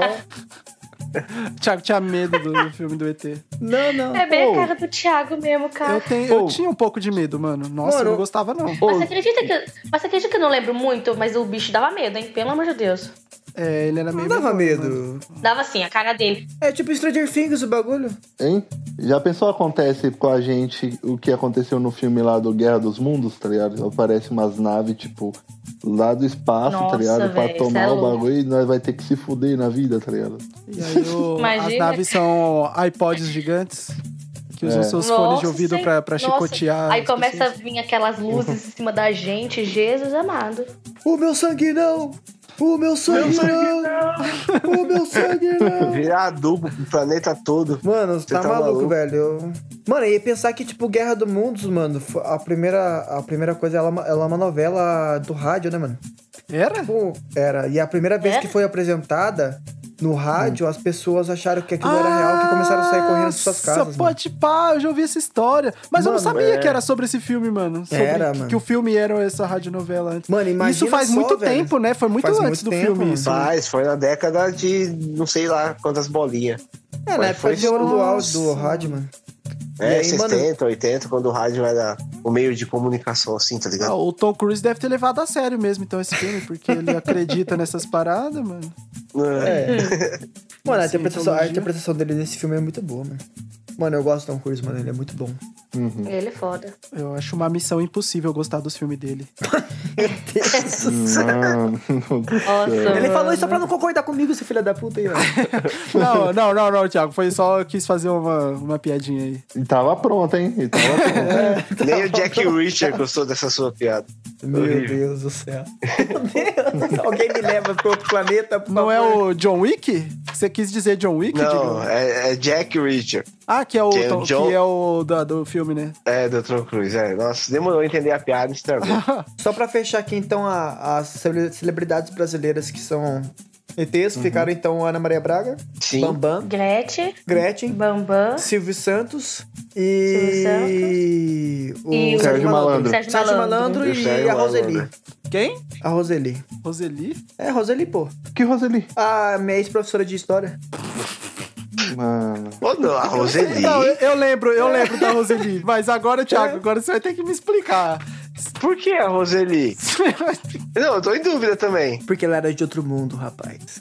Thiago tinha medo do, do filme do E T. Não, não. É bem Ô. a cara do Thiago mesmo, cara. Eu, tenho, eu Ô. tinha um pouco de medo, mano. Nossa, Mano, eu não gostava, não. Mas você acredita que. Mas você acredita que eu não lembro muito, mas o bicho dava medo, hein? Pelo amor de Deus. É, ele era Não meio. dava medonho, mano. medo. Dava assim, a cara dele. É tipo Stranger Things o bagulho. Hein? Já pensou acontece com a gente o que aconteceu no filme lá do Guerra dos Mundos, tá ligado? Aparece umas naves, tipo, lá do espaço, tá Nossa, ligado? Pra velho, cê é tomar o louco. bagulho e nós vai ter que se fuder na vida, tá ligado? E aí o- as Imagina. naves são iPods gigantes que usam É. seus fones de Nossa, ouvido sim. pra, pra Nossa. chicotear. Aí as começa a pessoas. vir aquelas luzes em cima da gente. Jesus amado. O meu sangue não! O meu sangue não! O meu sangue não! Virar adubo pro planeta todo. Mano, tá, tá maluco, maluco? velho. Eu- Mano, e pensar que, tipo, Guerra do Mundos, mano, fo- a primeira, a primeira coisa, ela, ela é uma novela do rádio, né, mano? Era? Tipo, era. E a primeira vez É? que foi apresentada no rádio, as pessoas acharam que aquilo era real, que começaram a sair correndo de suas casas. Nossa, pode pá, eu já ouvi essa história. Mas eu não Mano, sabia é. que era sobre esse filme, mano. Sobre Era, que, mano. que o filme era essa radionovela antes. Mano, imagina Isso faz só, muito velho. tempo, né? Foi muito Faz antes muito do tempo, filme mano. isso. né? Mas foi na década de não sei lá quantas bolinhas. É, na Mas época foi de ouro do áudio do Nossa. rádio, mano. É, E aí, mano- sessenta, oitenta, quando o rádio era o meio de comunicação, assim, tá Ah, ligado? o Tom Cruise deve ter levado a sério mesmo, então, esse filme, porque ele acredita nessas paradas, mano. É. Mano, a interpretação, a Cientologia. interpretação dele nesse filme é muito boa, mano. Mano, eu gosto do Tom Cruise, mano. Ele é muito bom. Ele é foda. Eu acho uma missão impossível gostar dos filmes dele. Mano, Nossa. Ele falou isso só pra não concordar comigo, esse filho da puta aí, ó. Não, não, não, não, Thiago. Foi só eu quis fazer uma, uma piadinha aí. e tava pronto, hein? E tava pronto. Nem o Jack Reacher gostou dessa sua piada. Meu Horrível. Deus do céu. Meu Deus. Alguém me leva pra outro planeta, por Não é favor. o John Wick? Você quis dizer John Wick? Não, Digão? é, é Jack Reacher. Ah, que é o, que é o Tom- John- que é o da- do filme, né? É, do Tom Cruise, é. Nossa, demorou a entender a piada e estragou. Só pra fechar aqui, então, a- as cele- celebridades brasileiras que são E Tês, ficaram, então, Ana Maria Braga, Sim. Bambam, Gretchen, Gretchen, Bambam Silvio Santos e... Silvio e o Sérgio Malandro. Sérgio Sérgio Malandro. Malandro E o e Sérgio a Roseli. Malandro. Quem? A Roseli. Roseli? É, Roseli, pô. Que Roseli? A minha ex-professora de história. Mano. Ô, não, a Roseli. Não, eu, eu lembro, eu lembro da Roseli. Mas agora, Thiago, agora você vai ter que me explicar. Por que a Roseli? Não, eu tô em dúvida também. Porque ela era de outro mundo, rapaz.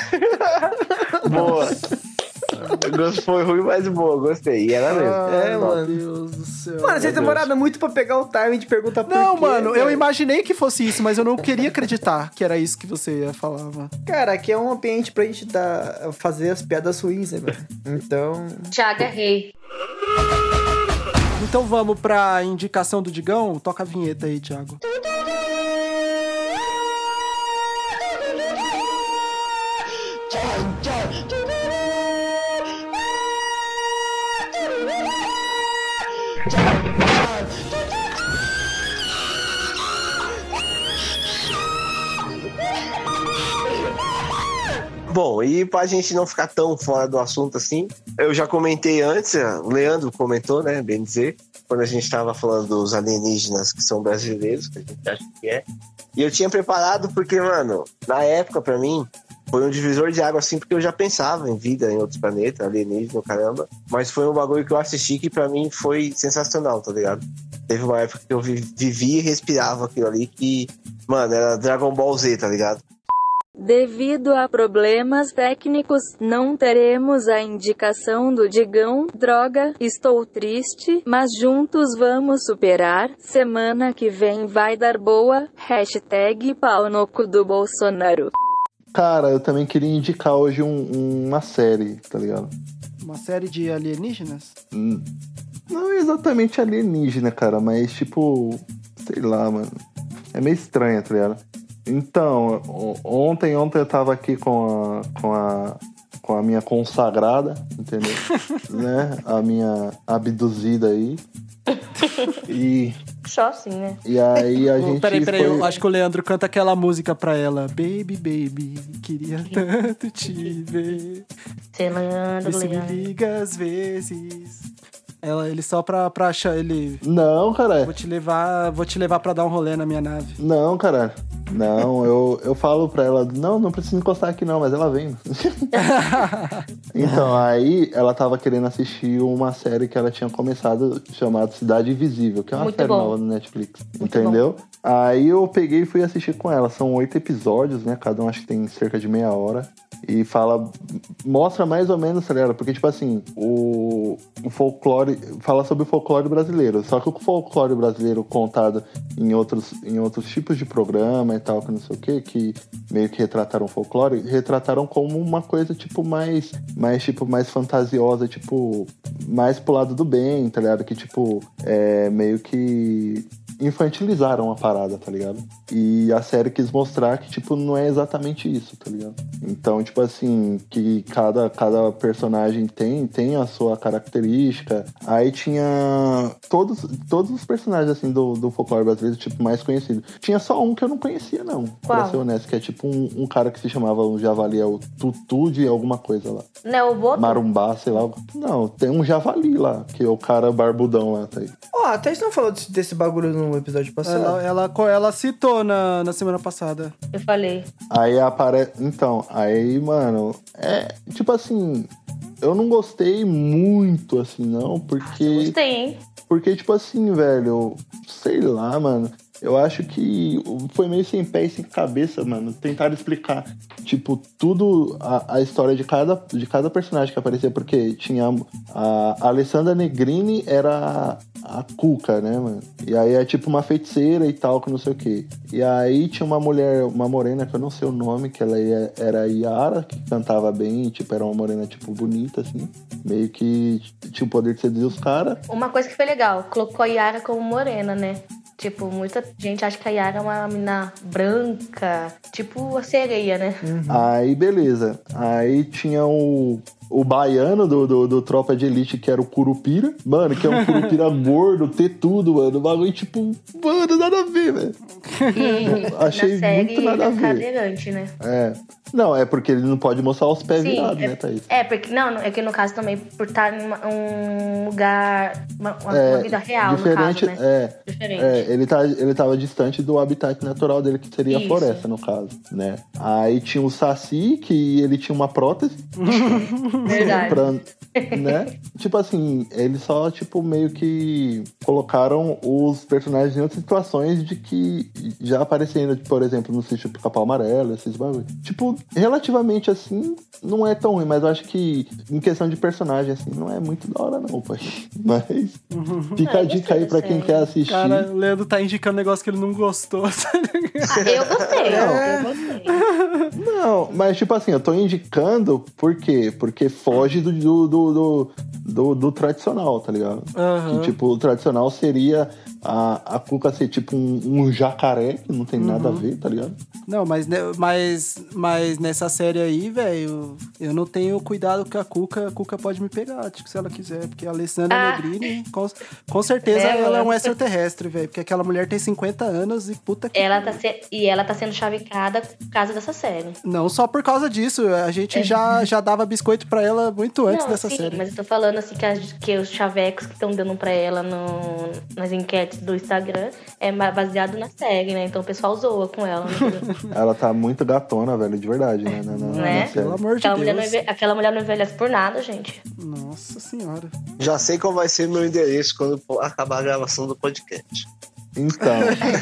Boa. Foi ruim, mas boa, gostei. E ela mesmo. Ah, É, meu mano. Deus do céu. Mano, vocês demoraram muito pra pegar o timing de perguntar por Não, quê, mano, eu velho. imaginei que fosse isso, mas eu não queria acreditar que era isso que você ia falar, mano. Cara, aqui é um ambiente pra gente dar, fazer as piadas ruins, né, velho? Então... Thiago é rei. Então vamos pra indicação do Digão? Toca a vinheta aí, Thiago. Bom, e pra gente não ficar tão fora do assunto assim, eu já comentei antes, o Leandro comentou, né, bem dizer, quando a gente tava falando dos alienígenas que são brasileiros, que a gente acha que é. E eu tinha preparado porque, mano, na época, pra mim, foi um divisor de água, assim, porque eu já pensava em vida em outros planetas, alienígena, caramba. Mas foi um bagulho que eu assisti que pra mim foi sensacional, tá ligado? Teve uma época que eu vivi e respirava aquilo ali que, mano, era Dragon Ball Z, tá ligado? Devido a problemas técnicos, não teremos a indicação do Digão. Droga, estou triste, mas juntos vamos superar. Semana que vem vai dar boa. Hashtag pau no cu do Bolsonaro. Cara, eu também queria indicar hoje um- uma série, tá ligado? Uma série de alienígenas? Hum, Não exatamente alienígena, cara, mas tipo, sei lá, mano. É meio estranha, tá ligado? Então, o- ontem, ontem eu tava aqui com a, com a, com a minha consagrada, entendeu? Né? A minha abduzida aí. E, Só assim, né? e aí a Oh, gente peraí, peraí, foi... eu acho que o Leandro canta aquela música pra ela. Baby, baby, queria tanto te ver. Você, Leandro, Vê se me Leandro. liga às vezes. Ela, ele só pra, pra achar, ele... Não, cara. Vou te levar, vou te levar pra dar um rolê na minha nave. Não, cara. Não, eu, eu falo pra ela, não, não precisa encostar aqui não, mas ela vem. Então, aí ela tava querendo assistir uma série que ela tinha começado chamada Cidade Invisível, que é uma Muito série bom. nova no Netflix. Entendeu? Aí eu peguei e fui assistir com ela. São oito episódios, né? Cada um acho que tem cerca de meia hora. E fala, mostra mais ou menos, tá ligado? Porque, tipo assim, o, o folclore, fala sobre o folclore brasileiro. Só que o folclore brasileiro contado em outros, em outros tipos de programa e tal, que não sei o que, que meio que retrataram o folclore, retrataram como uma coisa, tipo, mais, mais, tipo, mais fantasiosa, tipo, mais pro lado do bem, tá ligado? Que, tipo, é meio que infantilizaram a parada, tá ligado? E a série quis mostrar que, tipo, não é exatamente isso, tá ligado? Então, tipo assim, que cada, cada personagem tem, tem a sua característica. Aí tinha todos, todos os personagens, assim, do, do folclore brasileiro, tipo, mais conhecidos. Tinha só um que eu não conhecia, não. Qual? Pra ser honesto, que é tipo um, um cara que se chamava um javali, é o Tutu de alguma coisa lá. Não é o Boto? Marumbá, sei lá. Não, tem um javali lá, que é o cara barbudão lá, tá aí. Ó, até a gente não falou desse, desse bagulho no episódio passado. Ela, ela, ela citou na, na semana passada. Eu falei. Aí aparece. Então, aí, mano, é tipo assim. Eu não gostei muito, assim, não, porque. Gostei, hein? Porque, tipo assim, velho, sei lá, mano. Eu acho que foi meio sem pé e sem cabeça, mano. Tentaram explicar, tipo, tudo, a, a história de cada, de cada personagem que aparecia, porque tinha a, a Alessandra Negrini era a, a Cuca, né, mano? E aí é tipo uma feiticeira e tal, que não sei o quê. E aí tinha uma mulher, uma morena, que eu não sei o nome, que ela ia, era a Yara, que cantava bem, tipo, era uma morena, tipo, bonita, assim. Meio que tinha o poder de seduzir os caras. Uma coisa que foi legal, colocou a Yara como morena, né? Tipo, muita gente acha que a Yara é uma menina branca, tipo a sereia, né? Aí, beleza. Aí tinha o, o baiano do, do, do Tropa de Elite, que era o Curupira. Mano, que é um Curupira gordo, ter tudo, mano. O bagulho, tipo, mano, nada a ver. ver, velho. E Achei na série muito nada a ele é ver. cadeirante, né? É. Não, é porque ele não pode mostrar os pés Sim, virados, é, né, Thaís? é, porque não, é que no caso também, por estar em uma- um lugar, uma, uma É, vida real, diferente, no caso, né? é, Diferente. é, ele, tá, ele tava distante do habitat natural dele, que seria Isso. a floresta, no caso, né? Aí tinha o Saci, que ele tinha uma prótese. Verdade. pra, né? Tipo assim, eles só, tipo, meio que colocaram os personagens em outras situações de que já aparecendo, por exemplo, no sítio Pica-Pau Amarelo, esses bagulho. Tipo, relativamente assim, não é tão ruim, mas eu acho que em questão de personagem, assim, não é muito da hora, não, pai. Mas fica a dica aí pra quem quer assistir. Cara, o Leandro tá indicando um negócio que ele não gostou. Ah, eu gostei, eu gostei. Não, mas tipo assim, eu tô indicando por quê? Porque foge do, do, do, do, do- do tradicional, tá ligado? Aham. Que, tipo, o tradicional seria a, a Cuca ser tipo um, um jacaré, que não tem nada a ver, tá ligado? Não, mas, ne- mas, mas nessa série aí, velho, eu não tenho cuidado com a Cuca. A Cuca pode me pegar, tipo, se ela quiser. Porque a Alessandra Ah. Negrini, com, com certeza, É, ela é mano. um extraterrestre, velho. Porque aquela mulher tem cinquenta anos e puta que... Ela tá se... E ela tá sendo chavicada por causa dessa série. Não só por causa disso. A gente já, já dava biscoito pra ela muito antes É. Não, dessa sim, série. mas eu tô falando assim que, as- que os chavecos que estão dando pra ela no, nas enquetes do Instagram é ma- baseado na série, né? Então o pessoal zoa com ela. Né? Ela tá muito gatona, velho, de verdade, né? Na, na, na Né? série. Pelo amor de Aquela mulher, não Deus. enve- aquela mulher não envelhece por nada, gente. Nossa senhora. Já sei qual vai ser meu endereço quando acabar a gravação do podcast. Então,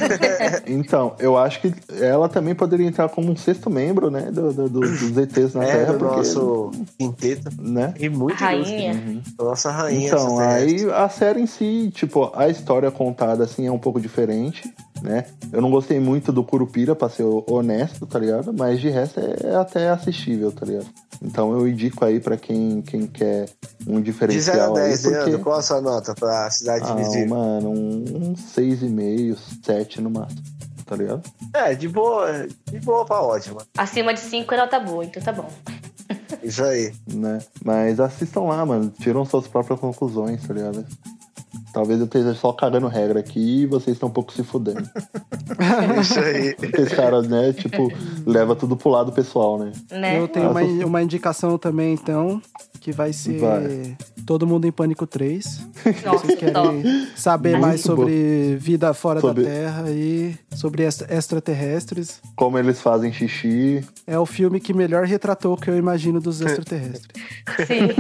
então, eu acho que ela também poderia entrar como um sexto membro, né? Do, do- do- dos E Tês na É, Terra, do porque, nosso quinteto. né? E muito Rainha. ilustre. Nossa rainha. Então, extraterrestre. aí a série em si, tipo, a história contada assim é um pouco diferente, né? Eu não gostei muito do Curupira, pra ser honesto, tá ligado? Mas de resto é até assistível, tá ligado? Então eu indico aí pra quem, quem quer um De diferencial zero a dez, aí, porque... Leandro, qual a sua nota pra Cidade Ah, Invisível? mano, um, um seis e meio, sete no máximo, tá ligado? É, de boa, de boa pra ótima. Acima de cinco é nota boa, então tá bom. Isso aí. Né? Mas assistam lá, mano. Tiram suas próprias conclusões, tá ligado? Talvez eu esteja só cagando regra aqui e vocês estão um pouco se fudendo. Isso aí. Porque os caras, né, tipo, leva tudo pro lado pessoal, né? Né? Eu tenho uma, Nossa. uma indicação também, então, que vai ser Vai. Todo Mundo em Pânico três. Nossa, Vocês querem top. saber Muito mais sobre vida fora Sobre- da Terra e sobre extra- extraterrestres. Como eles fazem xixi. É o filme que melhor retratou o que eu imagino dos extraterrestres. Sim.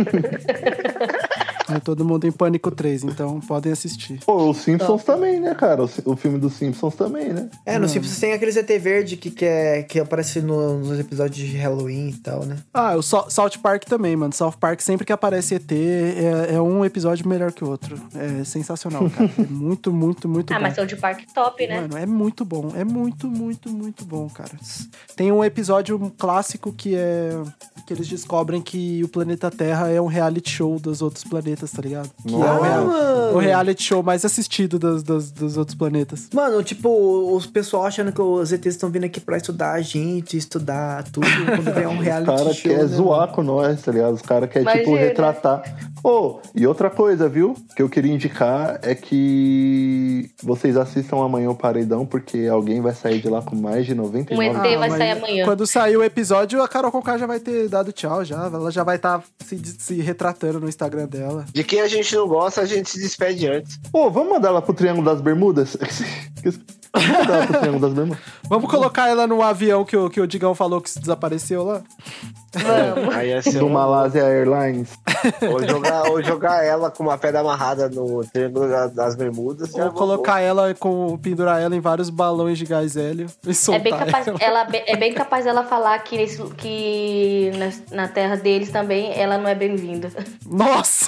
É Todo Mundo em Pânico três, então podem assistir. Pô, os Simpsons também, né, cara? O, ci- o filme dos Simpsons também, né? É, no Simpsons tem aquele Z T verde que, que, é, que aparece no- nos episódios de Halloween e tal, né? Ah, o Sa- South Park também, mano. South Park, sempre que aparece E T, é, é um episódio melhor que o outro. É sensacional, cara. É muito, muito, muito Ah, bom. mas South Park top, né? Mano, é muito bom. É muito, muito, muito bom, cara. Tem um episódio clássico que é... que eles descobrem que o planeta Terra é um reality show dos outros planetas, tá ligado? Que é o, Nossa. rea- mano. o reality show mais assistido dos, dos, dos outros planetas. Mano, tipo, os pessoal achando que os E Tês estão vindo aqui pra estudar a gente, estudar tudo, quando vem um Os reality caras show, querem né, zoar mano? com nós, tá ligado? Os caras querem, tipo, Imagina. retratar. Ô, e outra coisa, viu? Que eu queria indicar é que vocês assistam amanhã o Paredão, porque alguém vai sair de lá com mais de noventa e Um nove. E T vai mas sair amanhã. Quando sair o episódio, a Carol Conká já vai ter dado tchau já. Ela já vai estar se, se retratando no Instagram dela. De quem a gente não gosta, a gente se despede antes. Pô, vamos mandar ela pro Triângulo das Bermudas? Vamos mandar ela pro Triângulo das Bermudas? Vamos colocar ela no avião que o, que o Digão falou que se desapareceu lá? Vamos. Aí ia ser Do um- Malásia Airlines. ou, jogar, ou jogar ela com uma pedra amarrada no Triângulo da- das Bermudas. já Ou vou- colocar ela com. pendurar ela em vários balões de gás hélio e É soltar bem, capaz, ela. ela, é bem capaz dela falar que, nesse- que na, na terra deles também ela não é bem-vinda. Nossa!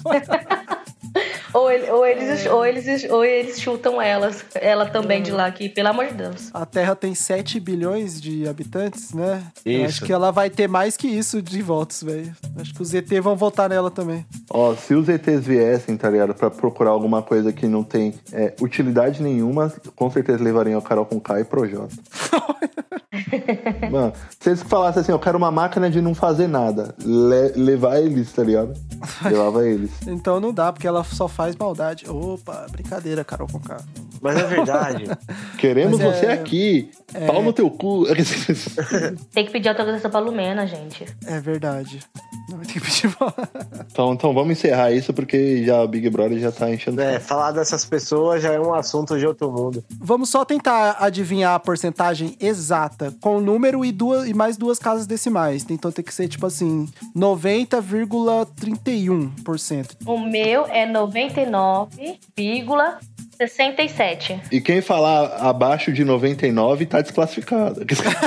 Ou, ele- ou, eles, ou, eles, ou eles chutam elas, ela também de lá aqui, pelo amor de Deus. A Terra tem sete bilhões de habitantes, né? Eu Isso. acho que ela vai ter mais que isso de votos, velho. Acho que os E T vão votar nela também. Ó, se os E Tês viessem, tá ligado? Pra procurar alguma coisa que não tem é, utilidade nenhuma, com certeza levariam a Carol com K e Projota. Mano, se eles falassem assim, eu quero uma máquina de não fazer nada, le- levar eles, tá ligado? Levava eles. Então não dá, porque ela só faz maldade. Opa, brincadeira, Carol Conká. Mas é verdade. Queremos Mas é- você aqui. é- Pau no teu cu. Tem que pedir autorização pra Lumena, gente. É verdade. Não vai ter que pedir pra... Então, então vamos encerrar isso, porque já o Big Brother já tá enchendo. É, falar dessas pessoas já é um assunto de outro mundo. Vamos só tentar adivinhar a porcentagem exata com o número e, duas, e mais duas casas decimais. Então tem que ser tipo assim, noventa vírgula trinta e um por cento. O meu é noventa e nove vírgula sessenta e sete. E quem falar abaixo de noventa e nove tá desclassificado.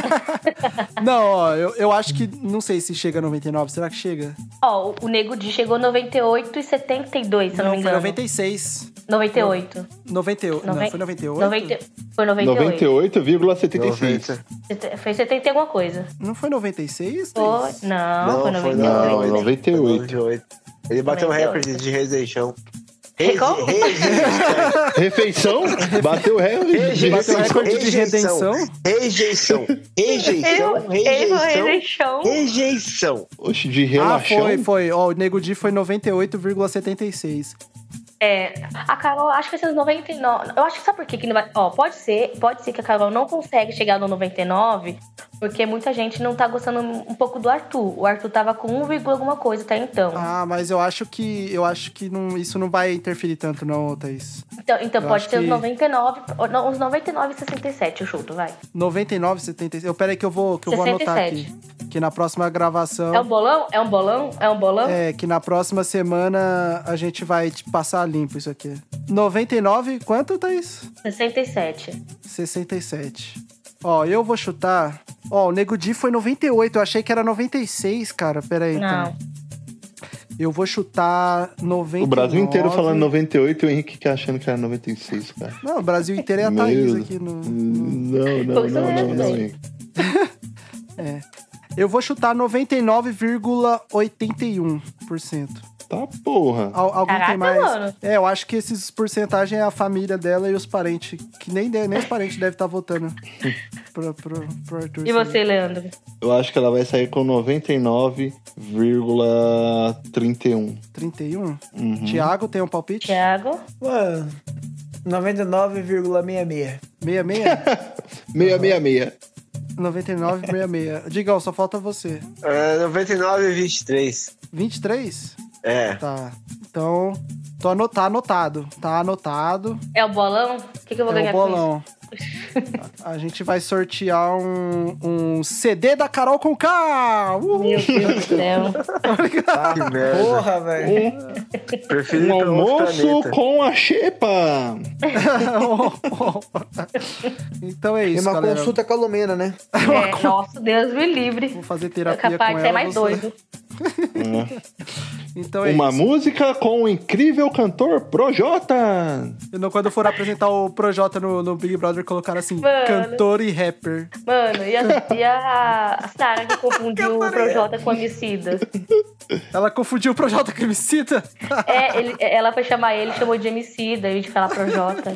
Não, ó, eu, eu acho que, não sei se chega a noventa e nove, será que chega? Ó, o Nego Di chegou a noventa e oito e setenta e dois, se eu não, me foi engano. noventa e seis. noventa e oito. noventa e oito. Não, Noven- foi noventa e oito? noventa Foi noventa e oito. noventa e oito vírgula setenta e seis. noventa. Foi setenta e alguma coisa. Não foi noventa e seis? Foi. Não, Não, foi foi noventa e Não, oito. noventa noventa e oito. noventa e oito. Ele bateu o noventa e oito. recorde de rejeição. Como? Rejeição. Refeição? Bateu o recorde. Bateu o recorde de redenção. Rejeição. Rejeição. Eu- eu vou Rejeição. rejeição. Rejeição. Oxe, de Ah, relaxão. foi, foi. Ó, o Nego Di foi noventa e oito vírgula setenta e seis. É, a Carol, acho que esses noventa e nove. Eu acho que sabe por quê que não vai. Ó, pode ser, pode ser que a Carol não consegue chegar no noventa e nove, porque muita gente não tá gostando um pouco do Arthur. O Arthur tava com um vírgula alguma coisa até então. Ah, mas eu acho que eu acho que não, isso não vai interferir tanto, não, Thaís. Então, então eu pode acho ser que- os noventa e nove. ou não, Os noventa e nove e sessenta e sete, eu chuto, vai. noventa e nove, setenta e seis. Eu, pera aí que eu vou, que eu vou anotar sessenta e aqui. sete. Que na próxima gravação. É um bolão? É um bolão? É um bolão? É, que na próxima semana a gente vai te passar limpo isso aqui. noventa e nove, quanto, Thaís? sessenta e sete. sessenta e sete. Ó, eu vou chutar. Ó, o Nego Di foi noventa e oito. Eu achei que era noventa e seis, cara. Pera aí, Não. então. Eu vou chutar noventa e nove. O Brasil inteiro falando noventa e oito e o Henrique que achando que era noventa e seis, cara. Não, o Brasil inteiro é a Meu Thaís Deus. aqui no... Não, não, Pois não, é, não, não, velho. Henrique. É. Eu vou chutar noventa e nove vírgula oitenta e um por cento. Tá porra. Al- alguém Caraca, tem mais? mano. É, eu acho que esses porcentagens é a família dela e os parentes. Que nem, de- nem os parentes devem estar votando pro, pro, pro Arthur. E você, Leandro? Eu acho que ela vai sair com noventa e nove vírgula trinta e um. trinta e um? Uhum. Tiago, tem um palpite? Thiago? Mano, noventa e nove vírgula sessenta e seis. sessenta e seis? meia meia meia. noventa e nove vírgula sessenta e seis. Digão, só falta você. É, noventa e nove e vinte e três. vinte e três? É. Tá. Então, tô anot- tá anotado. Tá anotado. É o bolão? O que, que eu vou É ganhar o com isso? bolão. A gente vai sortear um, um C D da Carol com K! Uh! Meu Deus do céu. Que merda. Porra, velho. Prefiro Um ir pra outro almoço planeta. com a xepa. Então é E isso, uma galera. consulta com a Lumena, né? É, nossa, Deus me livre. Vou fazer É terapia capaz com de ser ela. mais você- doido. Então é Uma isso. música com o incrível cantor Projota. Eu não- Quando for apresentar o Projota no, no Big Brother, colocaram assim, Mano. cantor e rapper. Mano, e a, e a Sara que confundiu o Projota com a Emicida? Ela confundiu o Projota com o Emicida? É, ele, ela foi chamar ele, chamou de Emicida, e de falar Projota.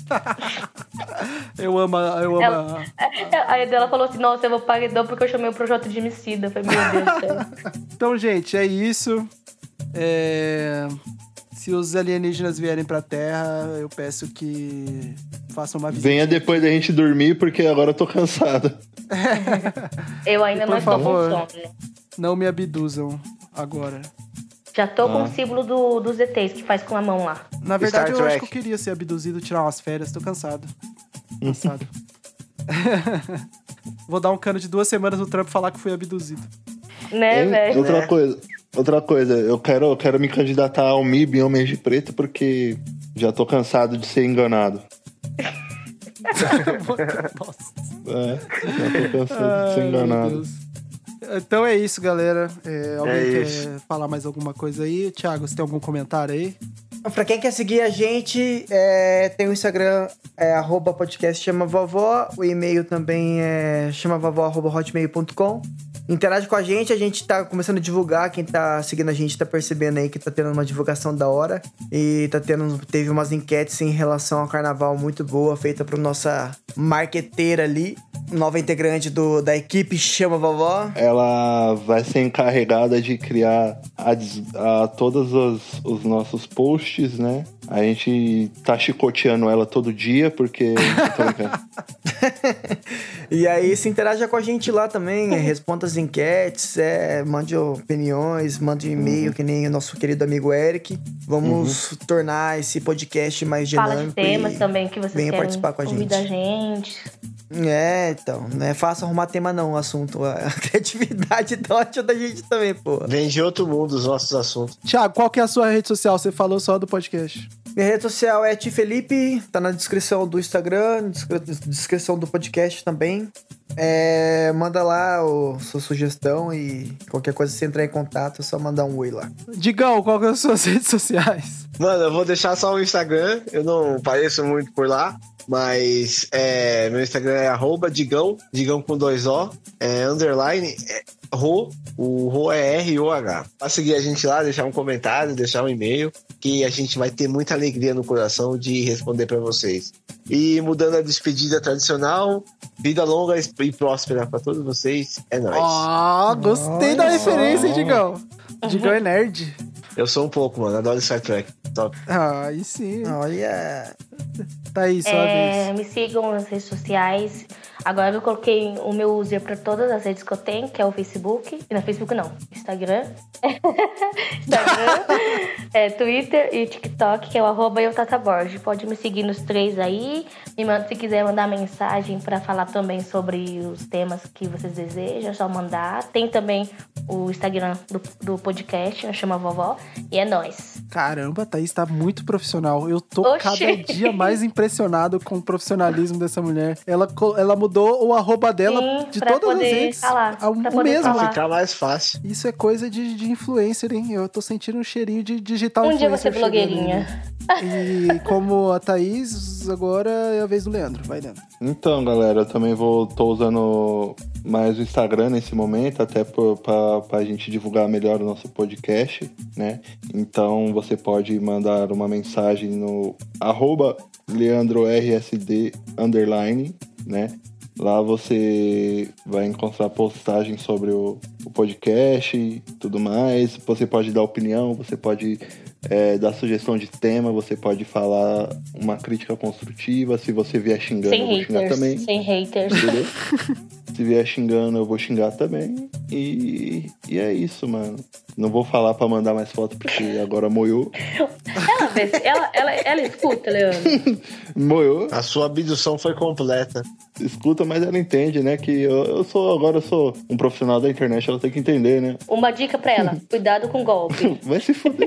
Eu amo, a- eu amo. Ela- a- Aí ela falou assim, nossa, eu vou paredão porque eu chamei o Projota de Emicida. Eu falei, meu Deus do céu. Então, gente, é isso. É, se os alienígenas vierem pra Terra, eu peço que façam uma visita. Venha depois da gente dormir, porque agora eu tô cansado. Eu ainda Por não estou favor. com sono. Não me abduzam agora. Já tô com Ah. o símbolo do, dos E Tês que faz com a mão lá. Na verdade, Star eu acho Trek. que eu queria ser abduzido, tirar umas férias. Tô cansado. Cansado. Vou dar um cano de duas semanas no trampo e falar que fui abduzido. Né, Hein? velho? Outra Né? coisa. Outra coisa, eu quero, eu quero me candidatar ao M I B em Homens de Preto porque já tô cansado de ser enganado. Nossa. É, já tô cansado de ser Ai, meu enganado. Deus. Então é isso, galera. É, alguém É quer isso. falar mais alguma coisa aí? Thiago, você tem algum comentário aí? Pra quem quer seguir a gente, é, tem o Instagram, é arroba podcast chama vovó. O e-mail também é chamavovó arroba hotmail ponto com. Interage com a gente, a gente tá começando a divulgar. Quem tá seguindo a gente tá percebendo aí que tá tendo uma divulgação da hora. E tá tendo, teve umas enquetes em relação ao carnaval muito boa, feita por nossa marqueteira ali, nova integrante do, da equipe Chama Vovó. Ela vai ser encarregada de criar a, des- a todos os, os nossos posts, né? A gente tá chicoteando ela todo dia, porque... Tô brincando. E aí se interaja com a gente lá também, responda as enquetes, é, mande opiniões, mande e-mail, uhum. que nem o nosso querido amigo Eric. Vamos uhum. tornar esse podcast mais dinâmico. Fala de temas também que vocês venha querem participar com a ouvir gente. da gente. É, então, não é fácil arrumar tema não, o assunto, a criatividade então ajuda a gente também, pô. Vem de outro mundo os nossos assuntos. Thiago, qual que é a sua rede social? Você falou só do podcast. Minha rede social é Tifelipe, tá na descrição do Instagram, descrição do podcast também. É, manda lá o, sua sugestão e qualquer coisa, se entrar em contato, é só mandar um oi lá. Digão, qual que são as suas redes sociais? Mano, eu vou deixar só o Instagram, eu não apareço muito por lá, mas é, meu Instagram é arroba Digão, Digão com dois O, é, underline, é, Ro, o Ro é R O H. Pra seguir a gente lá, deixar um comentário, deixar um e-mail, que a gente vai ter muita alegria no coração de responder pra vocês. E mudando a despedida tradicional, vida longa e próspera pra todos vocês, é nóis. Ah, oh, gostei da referência, hein, Digão? Digão é nerd. Eu sou um pouco, mano, adoro Star Trek. Top. Ah, aí sim. Olha. Tá aí, só é, me sigam nas redes sociais. Agora eu coloquei o meu user para todas as redes que eu tenho, que é o Facebook. E no Facebook não, Instagram. Instagram, é, Twitter e TikTok, que é o arroba eutataborge. Pode me seguir nos três aí. Me manda, se quiser mandar mensagem para falar também sobre os temas que vocês desejam, é só mandar. Tem também o Instagram do, do podcast, chama Vovó. E é nóis. Caramba, a Thaís tá muito profissional. Eu tô Oxê. cada dia mais impressionado com o profissionalismo dessa mulher. Ela, ela mudou o arroba dela Sim, de pra todas as poder redes. falar, ao, pra o poder mesmo. falar. Pra ficar mais fácil. Isso é coisa de, de influencer, hein? Eu tô sentindo um cheirinho de digital Um dia influencer. você é blogueirinha. E como a Thaís, agora é a vez do Leandro. Vai, Leandro. Então, galera, eu também vou tô usando mais o Instagram nesse momento, até por, pra, pra gente divulgar melhor o nosso podcast, né? Então, você pode mandar uma mensagem no arroba leandrorsd underline, né? Lá você vai encontrar postagens sobre o, o podcast e tudo mais. Você pode dar opinião, você pode é, dar sugestão de tema, você pode falar uma crítica construtiva. Se você vier xingando, Sem eu vou haters, xingar também. sem haters. Entendeu? Se vier xingando, eu vou xingar também. E, e é isso, mano. Não vou falar pra mandar mais foto, porque agora moiou. Ela, vê, ela, ela, ela escuta, Leandro? Moiou. A sua abdução foi completa. Escuta, mas ela entende, né? Que eu, eu sou, agora eu sou um profissional da internet, ela tem que entender, né? Uma dica pra ela, cuidado com golpe. Vai se fuder.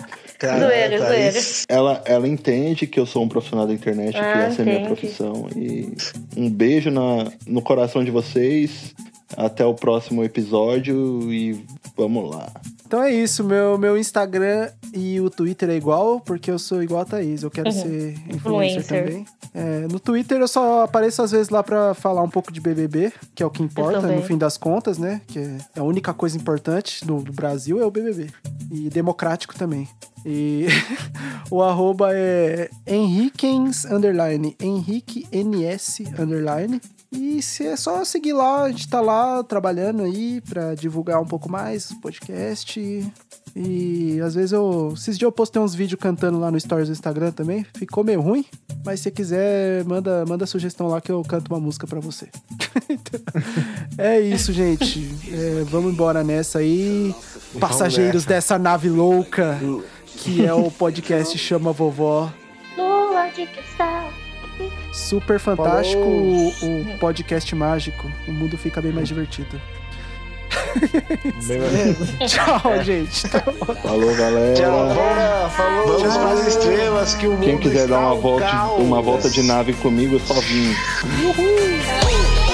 Zoeira, zoeira. Ela, ela entende que eu sou um profissional da internet, Ah, que essa é a minha entendi. profissão. E um beijo na, no coração de vocês. Até o próximo episódio e vamos lá. Então é isso, meu, meu Instagram e o Twitter é igual, porque eu sou igual a Thaís, eu quero Uhum. ser influencer, Influencer. também. É, no Twitter eu só apareço às vezes lá pra falar um pouco de B B B, que é o que importa também. no fim das contas, né? Que é a única coisa importante do, do Brasil é o B B B. E democrático também. E o arroba é Henriquens, underline, Henrique N S, underline. E se é só seguir lá, a gente tá lá trabalhando aí pra divulgar um pouco mais o podcast. E, e às vezes eu... Esses dias eu postei uns vídeos cantando lá no Stories do Instagram também. Ficou meio ruim, mas se você quiser, manda, manda sugestão lá que eu canto uma música pra você. É isso, gente. É, vamos embora nessa aí. Passageiros dessa nave louca, que é o podcast Chama Vovó. Lua de cristal. Super fantástico, Falou. o, o podcast mágico. O mundo fica bem mais divertido. Bem mais... Tchau, gente. Falou, galera. Tchau, vamos, falou. Vamos para as estrelas que o mundo Quem quiser está dar uma um volta, caos. uma volta de nave comigo, eu só vim. Uhul.